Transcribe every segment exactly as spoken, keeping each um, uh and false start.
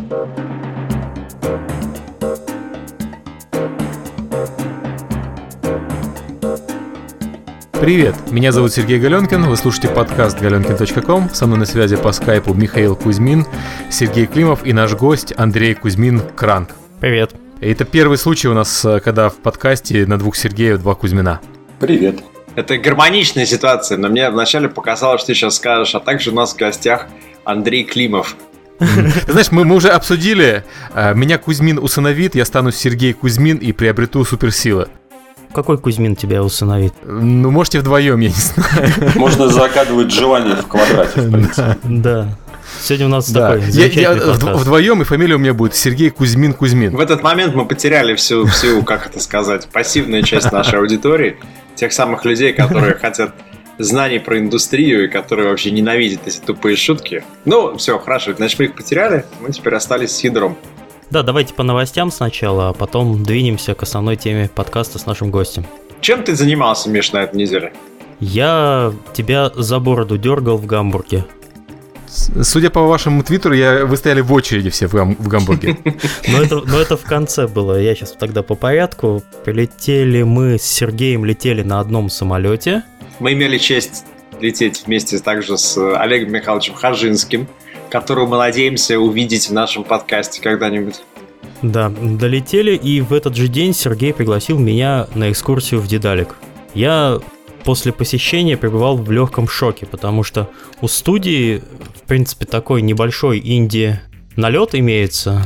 Привет, меня зовут Сергей Галенкин, вы слушаете подкаст галенкин точка ком, со мной на связи по скайпу Михаил Кузьмин, Сергей Климов и наш гость Андрей Кузьмин-Кранк. Привет. Это первый случай у нас, когда в подкасте на двух Сергеев два Кузьмина. Привет. Это гармоничная ситуация, но мне вначале показалось, что ты сейчас скажешь, а также у нас в гостях Андрей Климов. Ты знаешь, мы, мы уже обсудили, меня Кузьмин усыновит, я стану Сергей Кузьмин и приобрету суперсилы. Какой Кузьмин тебя усыновит? Ну, можете вдвоем, я не знаю. Можно закадывать желание в квадрате, в принципе. Да. Сегодня у нас да. такой я, я подкаст. Вдвоем, и фамилия у меня будет Сергей Кузьмин-Кузьмин. В этот момент мы потеряли всю, всю, как это сказать, пассивную часть нашей аудитории. Тех самых людей, которые хотят знаний про индустрию и которые вообще ненавидят эти тупые шутки. Ну, все, хорошо, значит, мы их потеряли, мы теперь остались с ядром. Да, давайте по новостям сначала, а потом двинемся к основной теме подкаста с нашим гостем. Чем ты занимался, Миш, на этой неделе? Я тебя за бороду дергал в Гамбурге. Судя по вашему твиттеру, я, вы стояли в очереди все в, гам, в Гамбурге. Но это, но это в конце было. Я сейчас тогда по порядку. Прилетели мы с Сергеем, летели на одном самолете. Мы имели честь лететь вместе также с Олегом Михайловичем Хажинским, которого мы надеемся увидеть в нашем подкасте когда-нибудь. Да, долетели, и в этот же день Сергей пригласил меня на экскурсию в Дедалик. Я после посещения пребывал в легком шоке, потому что у студии, в принципе, такой небольшой инди-налет имеется,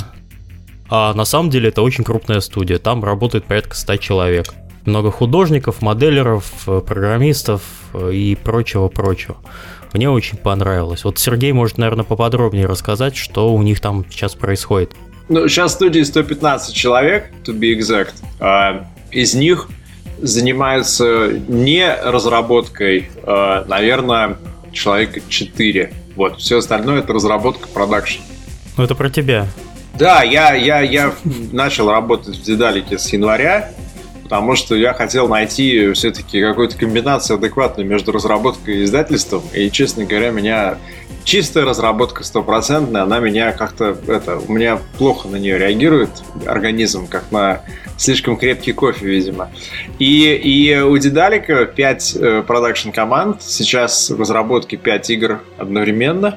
а на самом деле это очень крупная студия, там работает порядка ста человек. Много художников, моделеров, программистов и прочего-прочего. Мне очень понравилось. Вот Сергей может, наверное, поподробнее рассказать, что у них там сейчас происходит. Ну, сейчас в студии сто пятнадцать человек, to be exact. А, из них занимаются не разработкой, а, наверное, человека четыре. Вот, все остальное это разработка, продакшн. Ну, это про тебя. Да, я, я, я начал работать в Дедалике с января, потому что я хотел найти все-таки какую-то комбинацию адекватную между разработкой и издательством. И, честно говоря, меня чистая разработка стопроцентная, она меня как-то, это, у меня плохо на нее реагирует организм, как на слишком крепкий кофе, видимо. И, и у Дедалика пять продакшн команд, сейчас в разработке пять игр одновременно.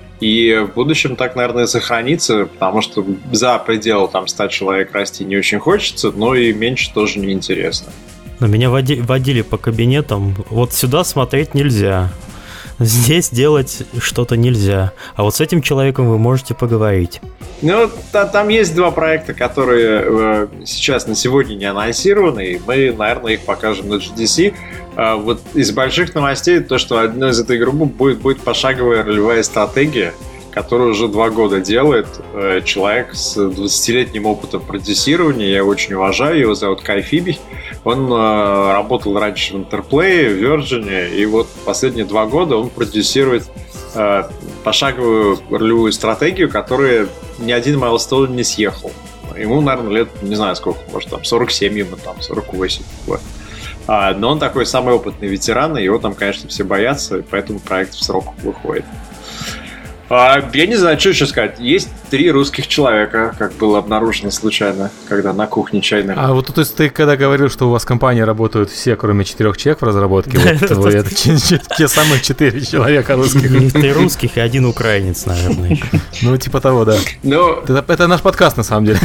И в будущем так, наверное, сохранится, потому что за пределы там ста человек расти не очень хочется, но и меньше тоже неинтересно. Но меня води- водили по кабинетам, вот сюда смотреть нельзя, здесь делать что-то нельзя, а вот с этим человеком вы можете поговорить. Ну, та- там есть два проекта, которые э, сейчас на сегодня не анонсированы, и мы, наверное, их покажем на джи ди си. Uh, вот из больших новостей то, что одной из этой группы будет, будет пошаговая ролевая стратегия, которую уже два года делает uh, человек с двадцатилетним опытом продюсирования. Я его очень уважаю, его зовут Кай Фиби. Он uh, работал раньше в Интерплее, в Virgin, и вот последние два года он продюсирует uh, пошаговую ролевую стратегию, которая ни один майлстоун не съехал. Ему, наверное, лет, не знаю сколько, может там сорок семь, ему там сорок восемь. Вот. А, но он такой самый опытный ветеран, и его там, конечно, все боятся, и поэтому проект в срок выходит. А, я не знаю, что еще сказать. Есть три русских человека, как было обнаружено случайно, когда на кухне чайной. А вот то есть ты когда говорил, что у вас в компании работают все, кроме четырех человек в разработке, вот это те самые четыре человека русских. Три русских и один украинец, наверное. Ну, типа того, да. Это наш подкаст, на самом деле.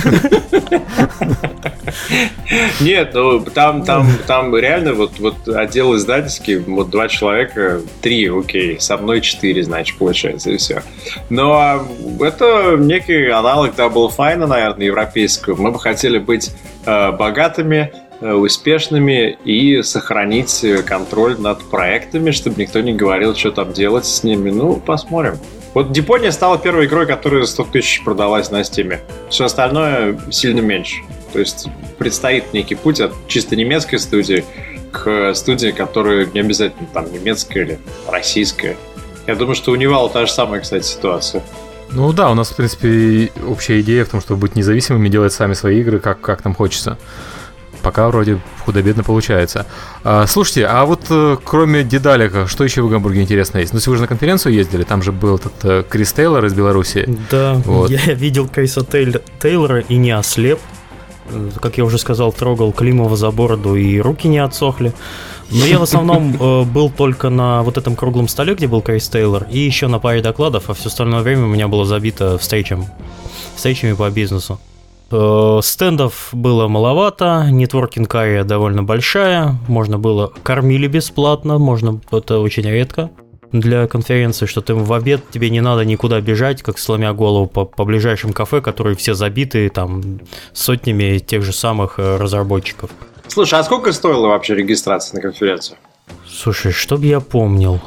Нет, ну там, там, там реально вот, вот отдел издательский, вот два человека, три, окей, со мной четыре, значит, получается, и все. Но это некий аналог Double Fine, наверное, европейского. Мы бы хотели быть э, богатыми, э, успешными и сохранить контроль над проектами, чтобы никто не говорил, что там делать с ними. Ну, посмотрим. Вот Deponia стала первой игрой, которая сто тысяч продалась на Steam. Все остальное сильно меньше. То есть предстоит некий путь от чисто немецкой студии к студии, которая не обязательно там немецкая или российская. Я думаю, что у Невала та же самая, кстати, ситуация. Ну да, у нас, в принципе, общая идея в том, чтобы быть независимыми, делать сами свои игры, как, как нам хочется. пока вроде худо-бедно получается. А, слушайте, а вот э, кроме Дедалика, что еще в Гамбурге интересно есть? Ну, если вы же на конференцию ездили, там же был этот э, Крис Тейлор из Беларуси. Да, вот. Я видел Криса Тейль... Тейлора и не ослеп. Как я уже сказал, трогал Климова за бороду и руки не отсохли. Но я в основном э, был только на вот этом круглом столе, где был Крис Тейлор, и еще на паре докладов, а все остальное время у меня было забито встречами, встречами по бизнесу. Э, стендов было маловато, нетворкинг-ария довольно большая, можно было, кормили бесплатно, можно, это очень редко для конференции, что ты в обед, тебе не надо никуда бежать, как сломя голову по, по ближайшим кафе, которые все забиты там сотнями тех же самых разработчиков. Слушай, а сколько стоила вообще регистрация на конференцию? Слушай, чтоб я помнил.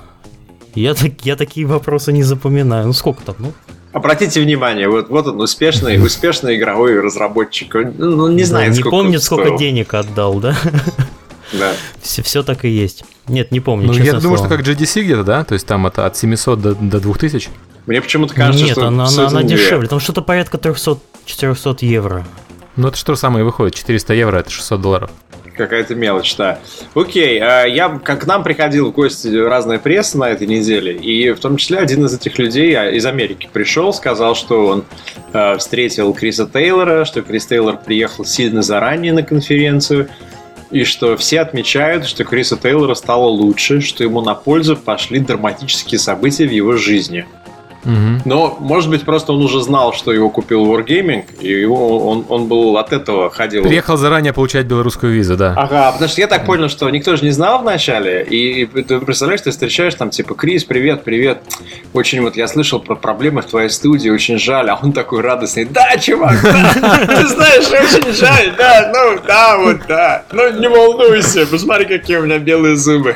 Я, так, я такие вопросы не запоминаю. Ну сколько там? Ну? Обратите внимание, вот, вот он успешный, успешный игровой разработчик. Он ну, не знает, да, не сколько помнит, стоил. Сколько денег отдал, да? Да. Все, все так и есть. Нет, не помню. Ну, я слово. думаю, что как джи ди си где-то, да? То есть там это от семисот до, до двух тысяч. Мне почему-то кажется, Нет, что... она, она, она две. дешевле. Там что-то порядка триста-четыреста евро. Ну, это что самое выходит. четыреста евро, это шестьсот долларов. Какая-то мелочь, да. Окей, я, как к нам приходил в гости разная пресса на этой неделе, и в том числе один из этих людей из Америки пришел, сказал, что он э, встретил Криса Тейлора, что Крис Тейлор приехал сильно заранее на конференцию, и что все отмечают, что Криса Тейлора стало лучше, что ему на пользу пошли драматические события в его жизни. Угу. Но, может быть, просто он уже знал, что его купил Wargaming, и его, он, он был от этого ходил. Приехал заранее получать белорусскую визу, да. Ага, потому что я так понял, что никто же не знал вначале, и ты представляешь, ты встречаешь там типа: Крис, привет, привет, очень вот я слышал про проблемы в твоей студии, очень жаль, а он такой радостный: да, чувак, да, ты знаешь, очень жаль, да, ну, да, вот, да, ну, не волнуйся, посмотри, какие у меня белые зубы.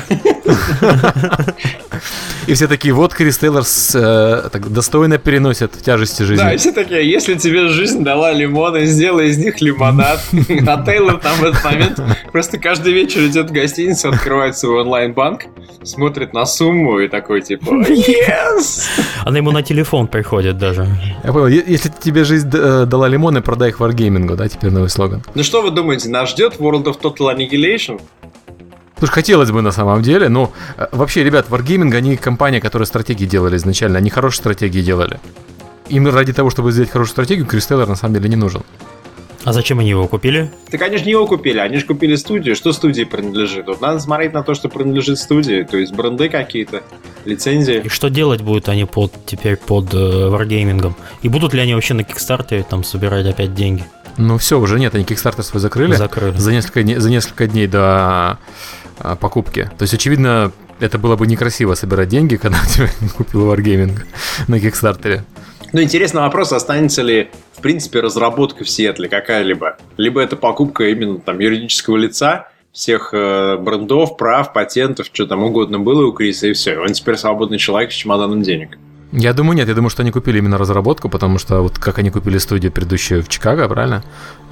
И все такие: вот Крис Тейлор с, э, так, достойно переносит тяжести жизни. Да, и все такие: если тебе жизнь дала лимоны, сделай из них лимонад. А Тейлор там в этот момент просто каждый вечер идет в гостиницу, открывает свой онлайн-банк, смотрит на сумму и такой типа: yes! Она ему на телефон приходит даже. Я понял, если тебе жизнь дала лимоны, продай их Wargaming, да, теперь новый слоган. Ну что вы думаете, нас ждет World of Total Annihilation? Слушай, хотелось бы на самом деле, но э, вообще, ребят, Wargaming, они компания, которая стратегии делали изначально, они хорошие стратегии делали. Им ради того, чтобы сделать хорошую стратегию, Крис Тейлор на самом деле не нужен. А зачем они его купили? Так они же не его купили, они же купили студию. Что студии принадлежит? Вот надо смотреть на то, что принадлежит студии, то есть бренды какие-то, лицензии. И что делать будут они под, теперь под э, Wargaming? И будут ли они вообще на Kickstarter там собирать опять деньги? Ну все, уже нет, они Kickstarter свой закрыли. Закрыли. За несколько, дней, за несколько дней до а, покупки. То есть, очевидно, это было бы некрасиво собирать деньги, когда ты купил Wargaming на Kickstarter. Ну, интересный вопрос, останется ли, в принципе, разработка в Сиэтле какая-либо. Либо это покупка именно там юридического лица, всех э, брендов, прав, патентов, что там угодно было у Криса, и все. Он теперь свободный человек с чемоданом денег. Я думаю, нет, я думаю, что они купили именно разработку, потому что вот как они купили студию предыдущую в Чикаго, правильно?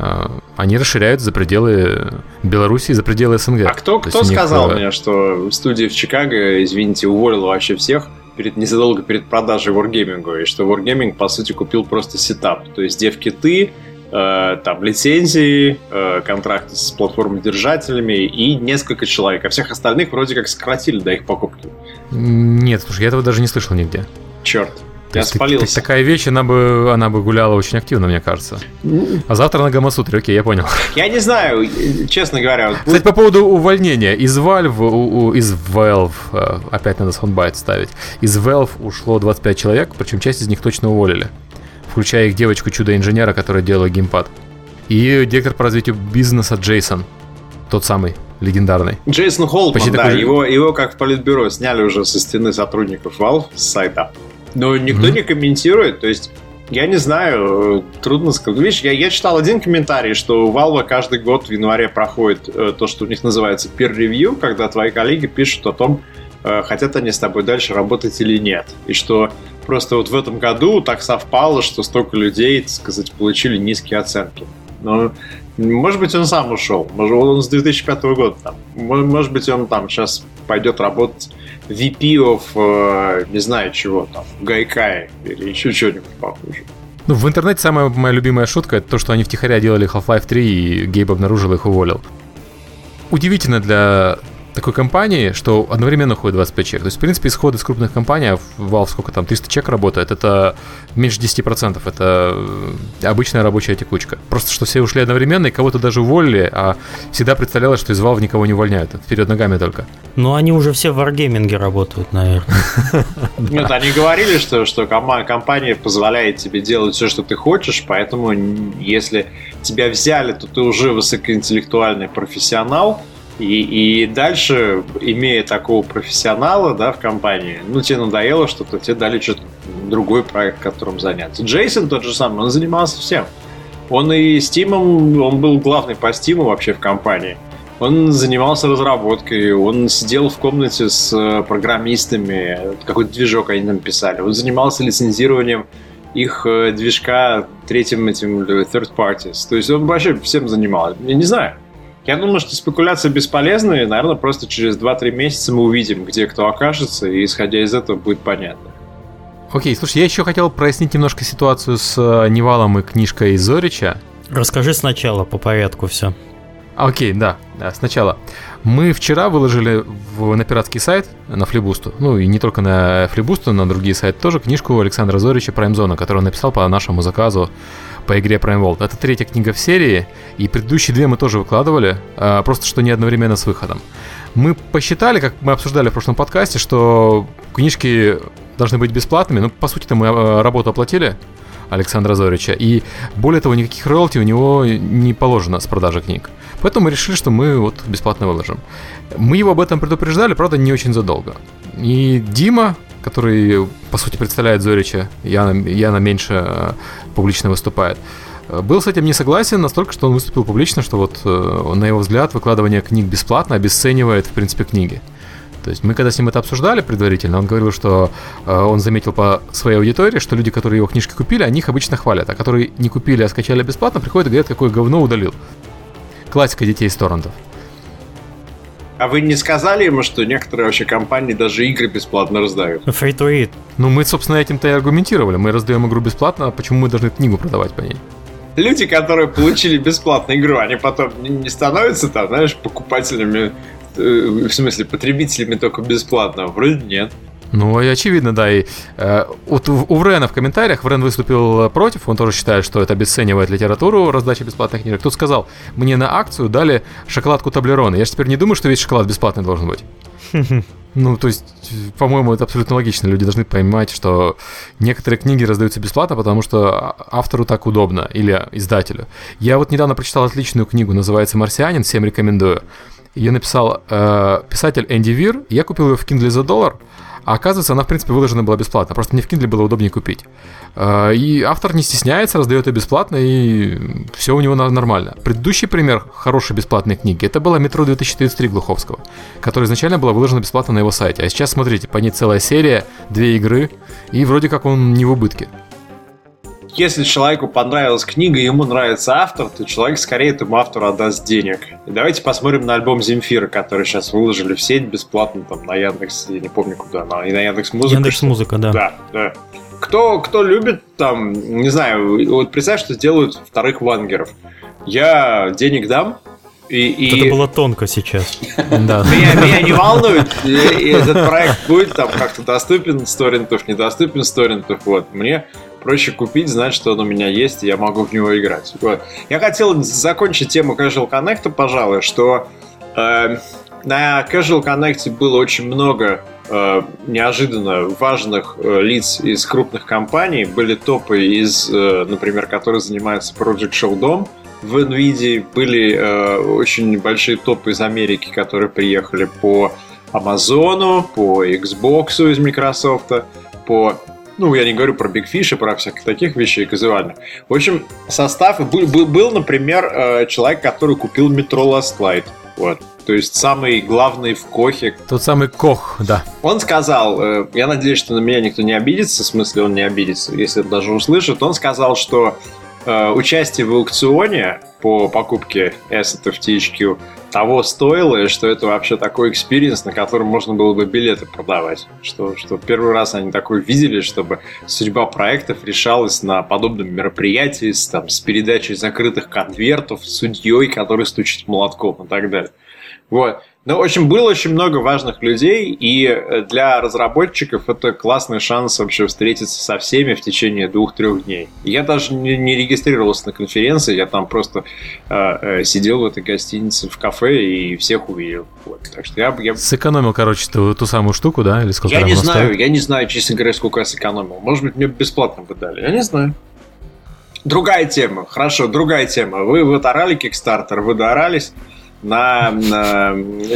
Они расширяют за пределы Беларуси, за пределы СНГ. А кто, кто сказал них... мне, что студия в Чикаго, извините, уволила вообще всех перед, незадолго перед продажей Wargaming, и что Wargaming, по сути, купил просто сетап, то есть дев-киты, э, там лицензии, э, контракты с платформодержателями и несколько человек, а всех остальных вроде как сократили до их покупки. Нет, слушай, я этого даже не слышал нигде. Черт, то я спалился. Так, такая вещь, она бы, она бы гуляла очень активно, мне кажется. А завтра на Гамасутре, окей, я понял. Я не знаю, честно говоря. Вот... Кстати, по поводу увольнения. Из Valve, у, у, из Valve, опять надо soundbite ставить, из Valve ушло двадцать пять человек, причем часть из них точно уволили. Включая их девочку-чудо-инженера, которая делала геймпад. И директор по развитию бизнеса Джейсон. Тот самый, легендарный. Джейсон Холтман, да, же... его, его как в политбюро сняли уже со стены сотрудников Valve с сайта. Но никто mm-hmm. не комментирует, то есть, я не знаю, трудно сказать. Видишь, я, я читал один комментарий, что у Valve каждый год в январе проходит э, то, что у них называется peer review, когда твои коллеги пишут о том, э, хотят они с тобой дальше работать или нет. И что просто вот в этом году так совпало, что столько людей, так сказать, получили низкие оценки. Но, может быть, он сам ушел. Может, он с две тысячи пятого года там. Может быть, он там сейчас пойдет работать ви пи of, э, не знаю чего там, Гайкай или еще что-нибудь похуже. Ну, в интернете самая моя любимая шутка — это то, что они втихаря делали Half-Life три, и Гейб обнаружил их и уволил. Удивительно для такой компании, что одновременно уходит двадцать пять человек. То есть, в принципе, исходы из крупных компаний, а в Valve сколько там, триста человек работает, это меньше десять процентов. Это обычная рабочая текучка. Просто, что все ушли одновременно, и кого-то даже уволили, а всегда представлялось, что из Valve никого не увольняют. Вперед ногами только. Ну, они уже все в варгейминге работают, наверное. Нет, они говорили, что, что компания позволяет тебе делать все, что ты хочешь, поэтому если тебя взяли, то ты уже высокоинтеллектуальный профессионал. И, и дальше, имея такого профессионала, да, в компании, ну, тебе надоело что-то, тебе дали что-то, другой проект, которым заняться. Джейсон тот же самый, он занимался всем. Он и Steam, он был главный по Steam вообще в компании. Он занимался разработкой, он сидел в комнате с программистами, какой-то движок они нам писали. Он занимался лицензированием их движка третьим этим third parties. То есть он вообще всем занимался. Я не знаю. Я думаю, что спекуляции бесполезны, и, наверное, просто через два-три месяца мы увидим, где кто окажется, и исходя из этого будет понятно. Окей, слушай, я еще хотел прояснить немножко ситуацию с Невалом и книжкой из Зорича. Расскажи сначала, по порядку все. Окей, да, да, сначала. Мы вчера выложили в, на пиратский сайт, на Флибусту, ну и не только на Флибусту, на другие сайты тоже, книжку Александра Зорича «Prime Zone», которую он написал по нашему заказу по игре Prime World. Это третья книга в серии, и предыдущие две мы тоже выкладывали, просто что не одновременно с выходом. Мы посчитали, как мы обсуждали в прошлом подкасте, что книжки должны быть бесплатными. Ну, по сути-то мы работу оплатили Александра Зорича, и более того, никаких роялти у него не положено с продажи книг. Поэтому мы решили, что мы вот бесплатно выложим. Мы его об этом предупреждали, правда, не очень задолго. И Дима, который, по сути, представляет Зорича, Яна, Яна меньше публично выступает, был с этим не согласен настолько, что он выступил публично, что вот, на его взгляд, выкладывание книг бесплатно обесценивает, в принципе, книги. То есть мы когда с ним это обсуждали предварительно, он говорил, что э, он заметил по своей аудитории, что люди, которые его книжки купили, они их обычно хвалят, а которые не купили, а скачали бесплатно, приходят и говорят, какое говно удалил. Классика детей из торрентов. А вы не сказали ему, что некоторые вообще компании даже игры бесплатно раздают? Free to read. Ну мы, собственно, этим-то и аргументировали. Мы раздаем игру бесплатно, а почему мы должны книгу продавать по ней? Люди, которые получили бесплатную игру, они потом не становятся там, знаешь, покупателями, в смысле, потребителями только бесплатно? Вроде нет. Ну, и очевидно, да. И, э, вот у, у Врена в комментариях, Врен выступил против, он тоже считает, что это обесценивает литературу, раздача бесплатных книжек. Тут сказал, мне на акцию дали шоколадку Таблерон. Я же теперь не думаю, что весь шоколад бесплатный должен быть. Ну, то есть, по-моему, это абсолютно логично. Люди должны понимать, что некоторые книги раздаются бесплатно, потому что автору так удобно, или издателю. Я вот недавно прочитал отличную книгу, называется «Марсианин», всем рекомендую. Ее написал э, писатель Энди Вир. Я купил ее в Kindle за доллар, а оказывается, она, в принципе, выложена была бесплатно. Просто мне в Kindle было удобнее купить. Э, и автор не стесняется, раздает ее бесплатно, и все у него нормально. Предыдущий пример хорошей бесплатной книги — это была «Метро две тысячи тридцать три» Глуховского, которая изначально была выложена бесплатно на его сайте. А сейчас, смотрите, по ней целая серия, две игры, и вроде как он не в убытке. Если человеку понравилась книга, ему нравится автор, то человек скорее этому автору отдаст денег. И давайте посмотрим на альбом Земфира, который сейчас выложили в сеть бесплатно там на Яндекс, я не помню куда, на, и на Яндекс.Музыку. Яндекс.Музыка, да. Да, да. Кто, кто любит там, не знаю, вот представь, что делают вторых вангеров. Я денег дам. И, и... Это было тонко сейчас. Меня, меня не волнует, и, и этот проект будет там как-то доступен с торрентов, недоступен с торрентов. Вот. Мне проще купить, знать, что он у меня есть, и я могу в него играть. Вот. Я хотел закончить тему Casual Connect, пожалуй, что э, на Casual Connect было очень много э, неожиданно важных э, лиц из крупных компаний. Были топы из, э, например, которые занимаются Project Sheldon. В NVIDIA были э, очень большие топы из Америки, которые приехали по Amazon, по Xbox из Microsoft, по... Ну, я не говорю про Big Fish, про всяких таких вещей казуальных. В общем, состав... Был, был, был например, э, человек, который купил Metro Last Light. Вот. То есть самый главный в Кохе. Тот самый Кох, да. Он сказал, э, я надеюсь, что на меня никто не обидится, в смысле он не обидится, если даже услышит, он сказал, что э, участие в аукционе по покупке эссетов ти эйч кью того стоило, что это вообще такой экспириенс, на котором можно было бы билеты продавать. Что, что первый раз они такое видели, чтобы судьба проектов решалась на подобном мероприятии с, там, с передачей закрытых конвертов, с судьей, который стучит молотком и так далее. Вот. Но, в общем, было очень много важных людей, и для разработчиков это классный шанс вообще встретиться со всеми в течение двух-трех дней. Я даже не, не регистрировался на конференции, я там просто э, э, сидел в этой гостинице в кафе и всех увидел. Вот. Так что я, я... Сэкономил, короче, ту, ту самую штуку, да? Или сколько я там не знаю, стоит? я не знаю, честно говоря, сколько я сэкономил. Может быть, мне бесплатно бы дали, я не знаю. Другая тема, хорошо, другая тема. Вы вот орали Kickstarter, вы доорались на, на,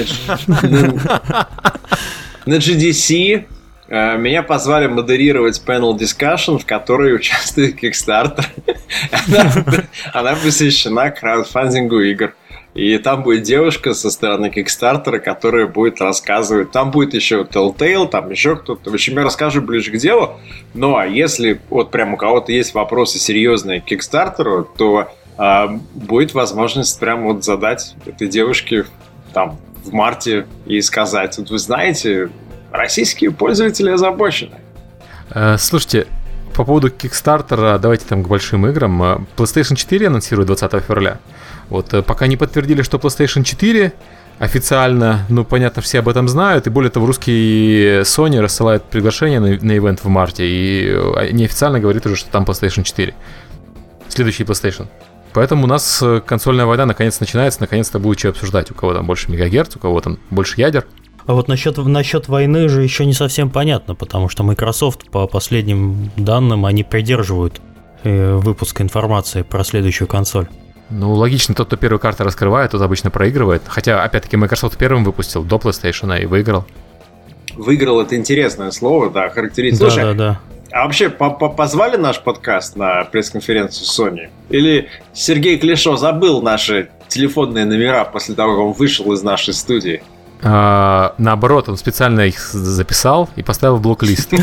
на джи ди си. Меня позвали модерировать panel discussion, в которой участвует Kickstarter. она, она посвящена краудфандингу игр. И там будет девушка со стороны Kickstarter, которая будет рассказывать. Там будет еще Telltale, там еще кто-то. В общем, я расскажу ближе к делу. Но если вот прям у кого-то есть вопросы серьезные к Kickstarter, то а, будет возможность прям вот задать этой девушке там в марте и сказать: вот вы знаете, российские пользователи озабочены. Слушайте, по поводу Kickstarter, давайте там к большим играм. PlayStation четыре анонсирует двадцатого февраля. Вот пока не подтвердили, что PlayStation четыре официально, ну, понятно, все об этом знают. И более того, русский Sony рассылает приглашение на, на ивент в марте. И неофициально говорит уже, что там PlayStation четыре. Следующий PlayStation. Поэтому у нас консольная война наконец начинается. Наконец-то будет что обсуждать. У кого там больше мегагерц, у кого там больше ядер. А вот насчет, насчет войны же еще не совсем понятно, потому что Microsoft, по последним данным, они придерживают э, выпуск информации про следующую консоль. Ну, логично, тот, кто первые карты раскрывает, тот обычно проигрывает. Хотя, опять-таки, Microsoft первым выпустил до PlayStation и выиграл. Выиграл — это интересное слово, да, характеристика. Да, да, да. А вообще, позвали наш подкаст на пресс-конференцию Sony? Или Сергей Клишо забыл наши телефонные номера после того, как он вышел из нашей студии? А, наоборот, он специально их записал и поставил в блок-лист.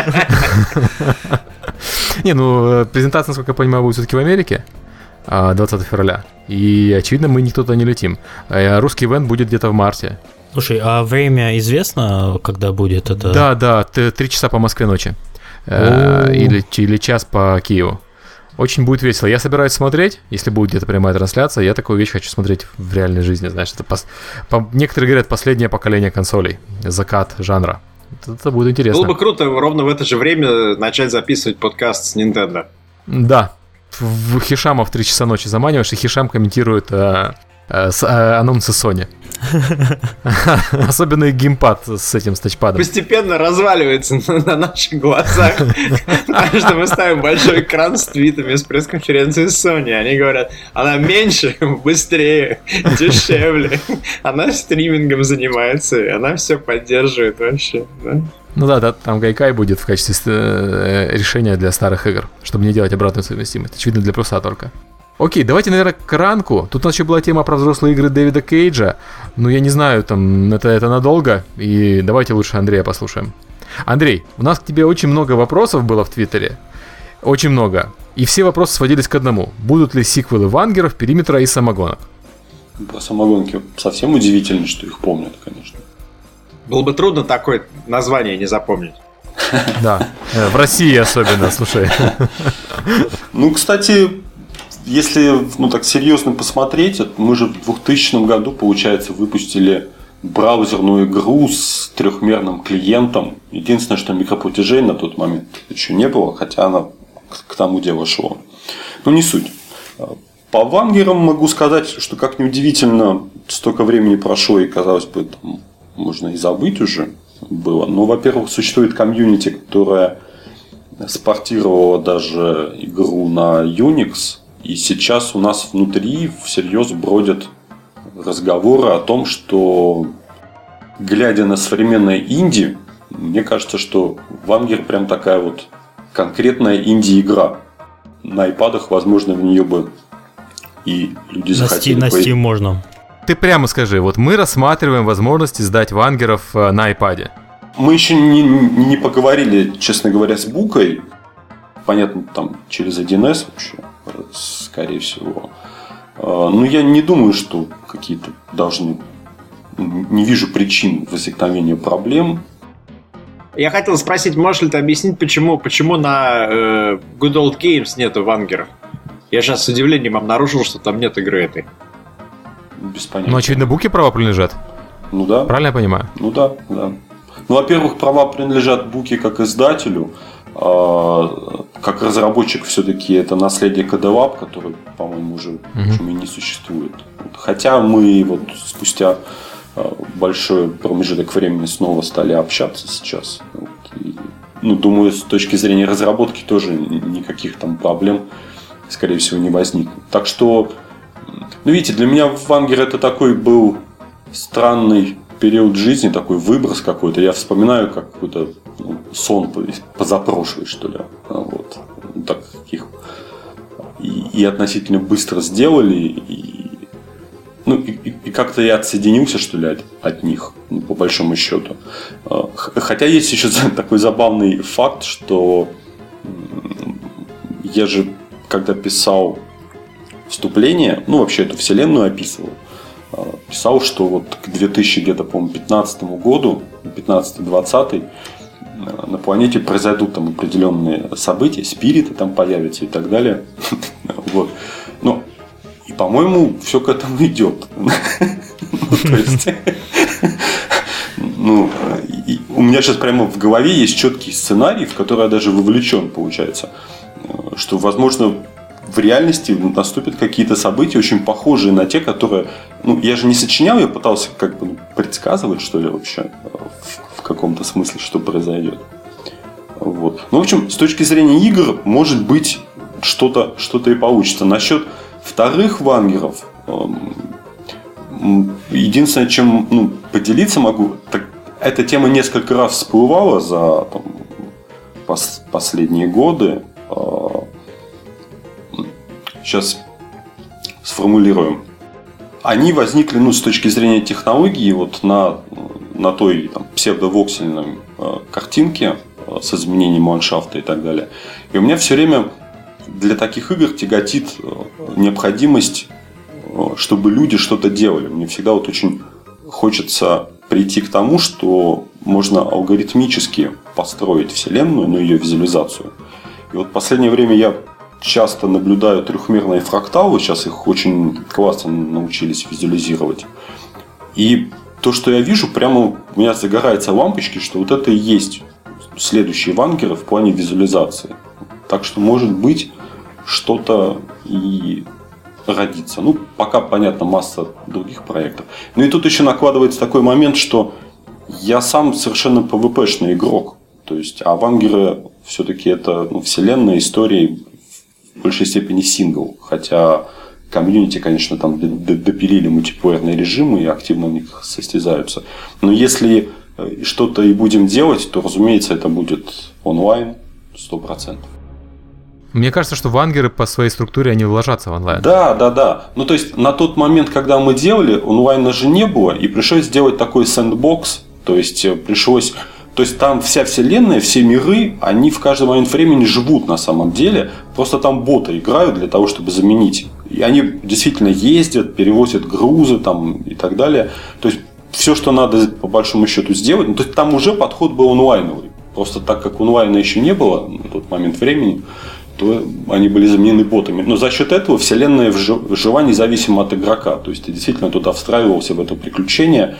Не, ну, презентация, насколько я понимаю, будет все-таки в Америке двадцатого февраля. И, очевидно, мы никто-то не летим. Русский ивент будет где-то в марте. Слушай, а время известно, когда будет это? Да, да, три часа по Москве ночи. Или, или час по Киеву. Очень будет весело. Я собираюсь смотреть, если будет где-то прямая трансляция. Я такую вещь хочу смотреть в реальной жизни. Знаешь, это пос... по... некоторые говорят, последнее поколение консолей. Закат жанра. Это, это будет интересно. Было бы круто ровно в это же время начать записывать подкаст с Nintendo. Да. В Хишама в три часа ночи заманиваешь, и Хишам комментирует э, э, с, э, анонсы Sony. Особенно и геймпад с этим, с тачпадом. Постепенно разваливается на, на наших глазах. Потому что мы ставим большой экран с твитами с пресс-конференции Sony. Они говорят: она меньше, быстрее, дешевле. Она стримингом занимается, и она все поддерживает вообще. Да? Ну да, да, там Гайкай будет в качестве э, решения для старых игр, чтобы не делать обратную совместимость. Очевидно, для плюса только. Окей, давайте, наверное, к ранку. Тут у нас еще была тема про взрослые игры Дэвида Кейджа. Ну, я не знаю, там, это, это надолго. И давайте лучше Андрея послушаем. Андрей, у нас к тебе очень много вопросов было в Твиттере. Очень много. И все вопросы сводились к одному. Будут ли сиквелы Вангеров, Периметра и Самогонок? Про самогонки совсем удивительно, что их помнят, конечно. Было бы трудно такое название не запомнить. Да, в России особенно, слушай. Ну, кстати, если, ну, так серьезно посмотреть, мы же в двухтысячном году, получается, выпустили браузерную игру с трехмерным клиентом. Единственное, что микроплатежей на тот момент еще не было, хотя она к тому делу шло. Но не суть. По Вангерам могу сказать, что, как ни удивительно, столько времени прошло, и, казалось бы, там можно и забыть уже было. Но, во-первых, существует комьюнити, которая спортировала даже игру на Unix. И сейчас у нас внутри всерьез бродят разговоры о том, что, глядя на современное инди, мне кажется, что Вангер прям такая вот конкретная инди-игра. На айпадах, возможно, в нее бы и люди захотели. На Steam можно. Ты прямо скажи, вот мы рассматриваем возможность издать Вангеров на айпаде. Мы еще не, не, не поговорили, честно говоря, с Букой. Понятно, там через один эс вообще скорее всего. Но я не думаю, что какие-то должны... Не вижу причин возникновения проблем. Я хотел спросить, можешь ли ты объяснить, почему, почему на э, Good Old Games нету вангеров? Я сейчас с удивлением обнаружил, что там нет игры этой. Без понятия. Ну, очевидно, Буки права принадлежат. Ну да. Правильно я понимаю? Ну да, да. Ну, во-первых, права принадлежат Буки как издателю. Как разработчик все-таки это наследие Кодевап, который, по-моему, уже uh-huh. и не существует. Хотя мы вот спустя большой промежуток времени снова стали общаться сейчас. Вот. И, ну, думаю, с точки зрения разработки тоже никаких там проблем, скорее всего, не возникнет. Так что, ну, видите, для меня Вангер это такой был странный период жизни, такой выброс какой-то. Я вспоминаю как какой-то ну, сон позапрошлый, что ли. Вот. Так их и, и относительно быстро сделали. И, ну, и, и как-то я отсоединился, что ли, от, от них, ну, по большому счету. Хотя есть еще такой забавный факт, что я же, когда писал вступление, ну, вообще эту вселенную описывал, писал, что вот к две тысячи пятнадцатому году, пятнадцатый-двадцатый, на планете произойдут там определенные события, спириты там появятся и так далее. Вот. Ну, и, по-моему, все к этому идет. То есть, ну, у меня сейчас прямо в голове есть четкий сценарий, в который я даже вовлечен, получается, что, возможно, в реальности наступят какие-то события, очень похожие на те, которые... Ну, я же не сочинял, я пытался как бы предсказывать, что ли, вообще, в, в каком-то смысле, что произойдет. Вот. Ну, в общем, с точки зрения игр, может быть, что-то, что-то и получится. Насчет вторых вангеров, единственное, чем ну, поделиться могу, так, эта тема несколько раз всплывала за там, пос, последние годы. Сейчас сформулируем. Они возникли, ну, с точки зрения технологии, вот на, на той там, псевдовоксельной э, картинке э, с изменением ландшафта и так далее. И у меня все время для таких игр тяготит э, необходимость, э, чтобы люди что-то делали. Мне всегда вот очень хочется прийти к тому, что можно алгоритмически построить вселенную, ну, ее визуализацию. И вот в последнее время я часто наблюдаю трехмерные фракталы, сейчас их очень классно научились визуализировать. И то, что я вижу, прямо у меня загораются лампочки, что вот это и есть следующие вангеры в плане визуализации. Так что, может быть, что-то и родится. Ну, пока, понятно, масса других проектов. Ну и тут еще накладывается такой момент, что я сам совершенно пэ вэ пэ-шный игрок. То есть, а вангеры все-таки это ну, вселенная, история, в большей степени сингл. Хотя комьюнити, конечно, там допилили мультиплеерные режимы и активно в них состязаются. Но если что-то и будем делать, то, разумеется, это будет онлайн сто процентов. Мне кажется, что вангеры по своей структуре, они ложатся в онлайн. Да, да, да. Ну, то есть, на тот момент, когда мы делали, онлайна же не было, и пришлось сделать такой сэндбокс. То есть, пришлось... То есть там вся вселенная, все миры, они в каждый момент времени живут на самом деле. Просто там боты играют для того, чтобы заменить. И они действительно ездят, перевозят грузы там, и так далее. То есть все, что надо по большому счету сделать. Ну, то есть там уже подход был онлайновый. Просто так как онлайна еще не было на тот момент времени, то они были заменены ботами. Но за счет этого вселенная жила независимо от игрока. То есть ты действительно туда встраивался в это приключение.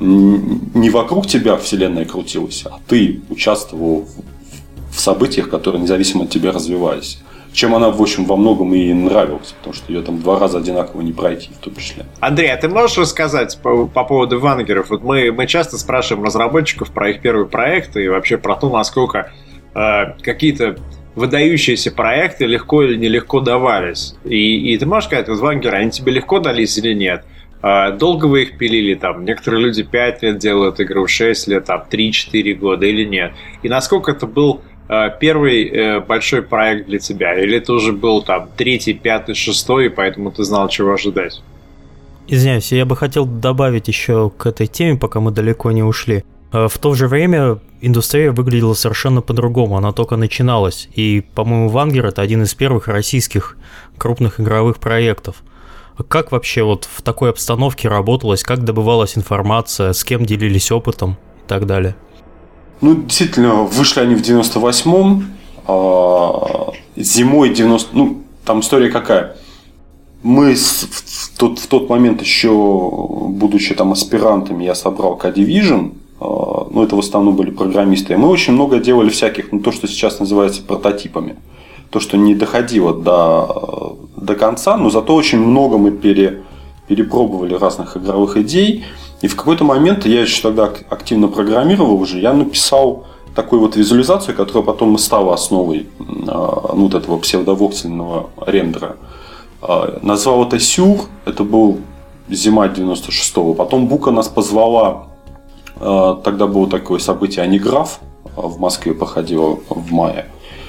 Не вокруг тебя вселенная крутилась, а ты участвовал в событиях, которые независимо от тебя развивались. Чем она, в общем, во многом и нравилась, потому что ее там два раза одинаково не пройти, в том числе. Андрей, а ты можешь рассказать по, по поводу вангеров? Вот мы, мы часто спрашиваем разработчиков про их первые проекты и вообще про то, насколько э, какие-то выдающиеся проекты легко или нелегко давались. И, и ты можешь сказать, вот вангеры, они тебе легко дались или нет? Долго вы их пилили, там, некоторые люди пять лет делают игру, шесть лет, там, три-четыре года или нет? И насколько это был э, первый э, большой проект для тебя? Или это уже был там третий, пятый, шестой, и поэтому ты знал, чего ожидать? Извиняюсь, я бы хотел добавить еще к этой теме, пока мы далеко не ушли. В то же время индустрия выглядела совершенно по-другому, она только начиналась. И, по-моему, Вангер — это один из первых российских крупных игровых проектов. Как вообще вот в такой обстановке работалось, как добывалась информация, с кем делились опытом и так далее? Ну, действительно, вышли они в девяносто восьмом, а зимой девяносто... Ну, там история какая? Мы в тот, в тот момент еще, будучи там аспирантами, я собрал K-Division. Ну, это в основном были программисты. И мы очень много делали всяких, ну, то, что сейчас называется прототипами. То, что не доходило до, до конца, но зато очень много мы пере, перепробовали разных игровых идей. И в какой-то момент, я еще тогда активно программировал уже, я написал такую вот визуализацию, которая потом и стала основой ну, вот этого псевдовоксельного рендера. Назвал это Сюр, это был зима девяносто шестого. Потом Бука нас позвала. Тогда было такое событие Аниграф в Москве проходило в мае.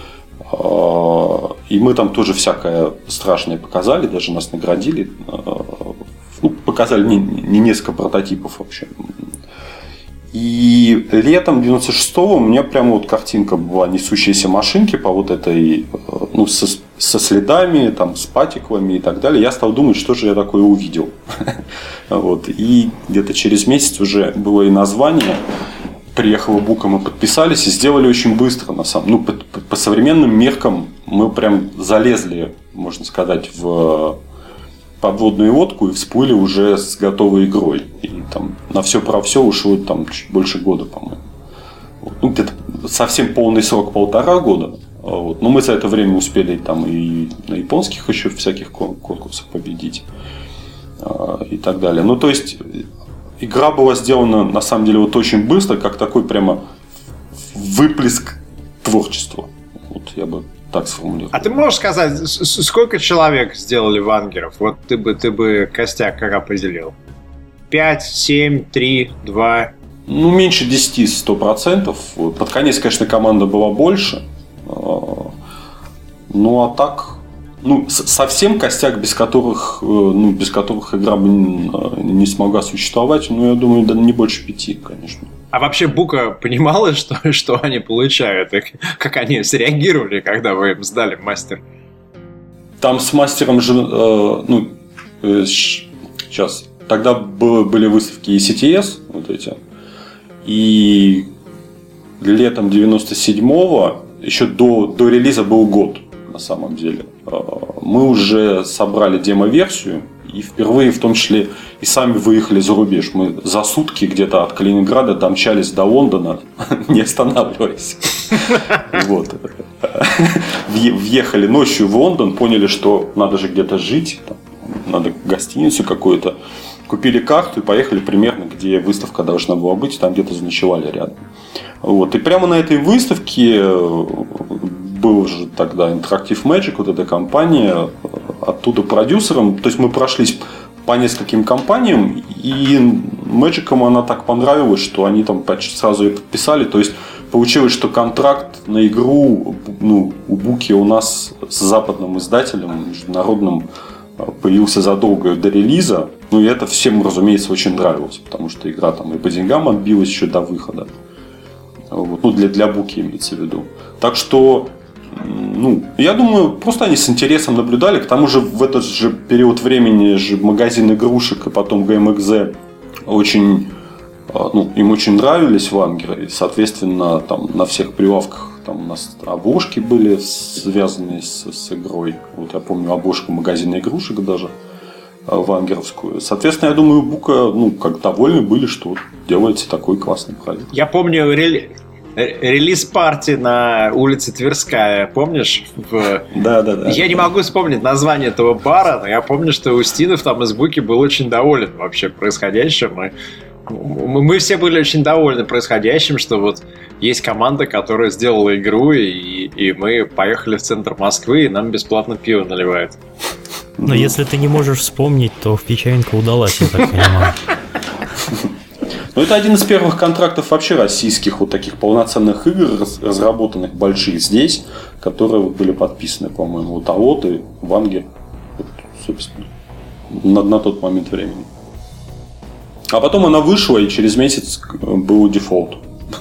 И мы там тоже всякое страшное показали, даже нас наградили. Ну, показали не, не несколько прототипов вообще. И летом девяносто шестого у меня прямо вот картинка была несущиеся машинки по вот этой, ну, со, со следами, там, с патиклами и так далее. Я стал думать, что же я такое увидел. Вот. И где-то через месяц уже было и название. Приехала Бука, мы подписались и сделали очень быстро. На самом... ну, по, по современным меркам мы прям залезли, можно сказать, в подводную лодку и всплыли уже с готовой игрой. И там на все про все ушло там чуть больше года, по-моему. Вот. Ну, где-то совсем полный срок полтора года. Вот. Но мы за это время успели там и на японских еще всяких конкурсах победить и так далее. Ну, то есть игра была сделана на самом деле вот очень быстро, как такой прямо выплеск творчества. Вот я бы так сформулировал. А ты можешь сказать, сколько человек сделали вангеров? Вот ты бы, ты бы костяк как определил? пять, семь, три, два? Ну, меньше десяти, сто процентов. Под конец, конечно, команда была больше. Ну, а так... Ну, совсем костяк, без которых, ну, без которых игра бы не смогла существовать, ну, я думаю, да не больше пяти, конечно. А вообще Бука понимала, что, что они получают, и как они среагировали, когда вы им сдали мастер? Там с мастером же, э, ну, э, сейчас, тогда было, были выставки и си ти эс, вот эти, и летом девяносто седьмого, еще до, до релиза был год. На самом деле. Мы уже собрали демо-версию и впервые в том числе и сами выехали за рубеж. Мы за сутки где-то от Калининграда домчались до Лондона, не останавливаясь. Вот. Въехали ночью в Лондон, поняли, что надо же где-то жить, надо гостиницу какую-то. Купили карту и поехали примерно, где выставка должна была быть, там где-то заночевали рядом. Вот. И прямо на этой выставке был же тогда Interactive Magic, вот эта компания, оттуда продюсером. То есть мы прошлись по нескольким компаниям, и Magic'ам она так понравилась, что они там почти сразу ее подписали. То есть получилось, что контракт на игру, ну, у Буки у нас с западным издателем международным появился задолго до релиза. Ну и это всем, разумеется, очень нравилось, потому что игра там и по деньгам отбилась еще до выхода. Вот. Ну, для, для Буки имеется в виду. Так что, ну, я думаю, просто они с интересом наблюдали. К тому же в этот же период времени же магазин игрушек и потом GameXZ очень, ну, им очень нравились вангеры. И, соответственно, там на всех прилавках там у нас обложки были связанные с, с игрой. Вот я помню обложку магазина игрушек даже вангеровскую. Соответственно, я думаю, Бука, ну, как довольны были, что вот делается такой классный проект. Я помню рели... релиз-парти на улице Тверская, помнишь? В... Да, да, да. Я не могу вспомнить название этого бара, но я помню, что Устинов там из Буки был очень доволен вообще происходящим. И мы все были очень довольны происходящим, что вот есть команда, которая сделала игру, и, и мы поехали в центр Москвы, и нам бесплатно пиво наливают. Но если ты не можешь вспомнить, то вечеринка удалась, я так понимаю. Ну, это один из первых контрактов вообще российских вот таких полноценных игр, разработанных больших здесь, которые вот были подписаны, по-моему, вот АОТ и Вангер, вот, собственно, на, на тот момент времени. А потом она вышла, и через месяц был дефолт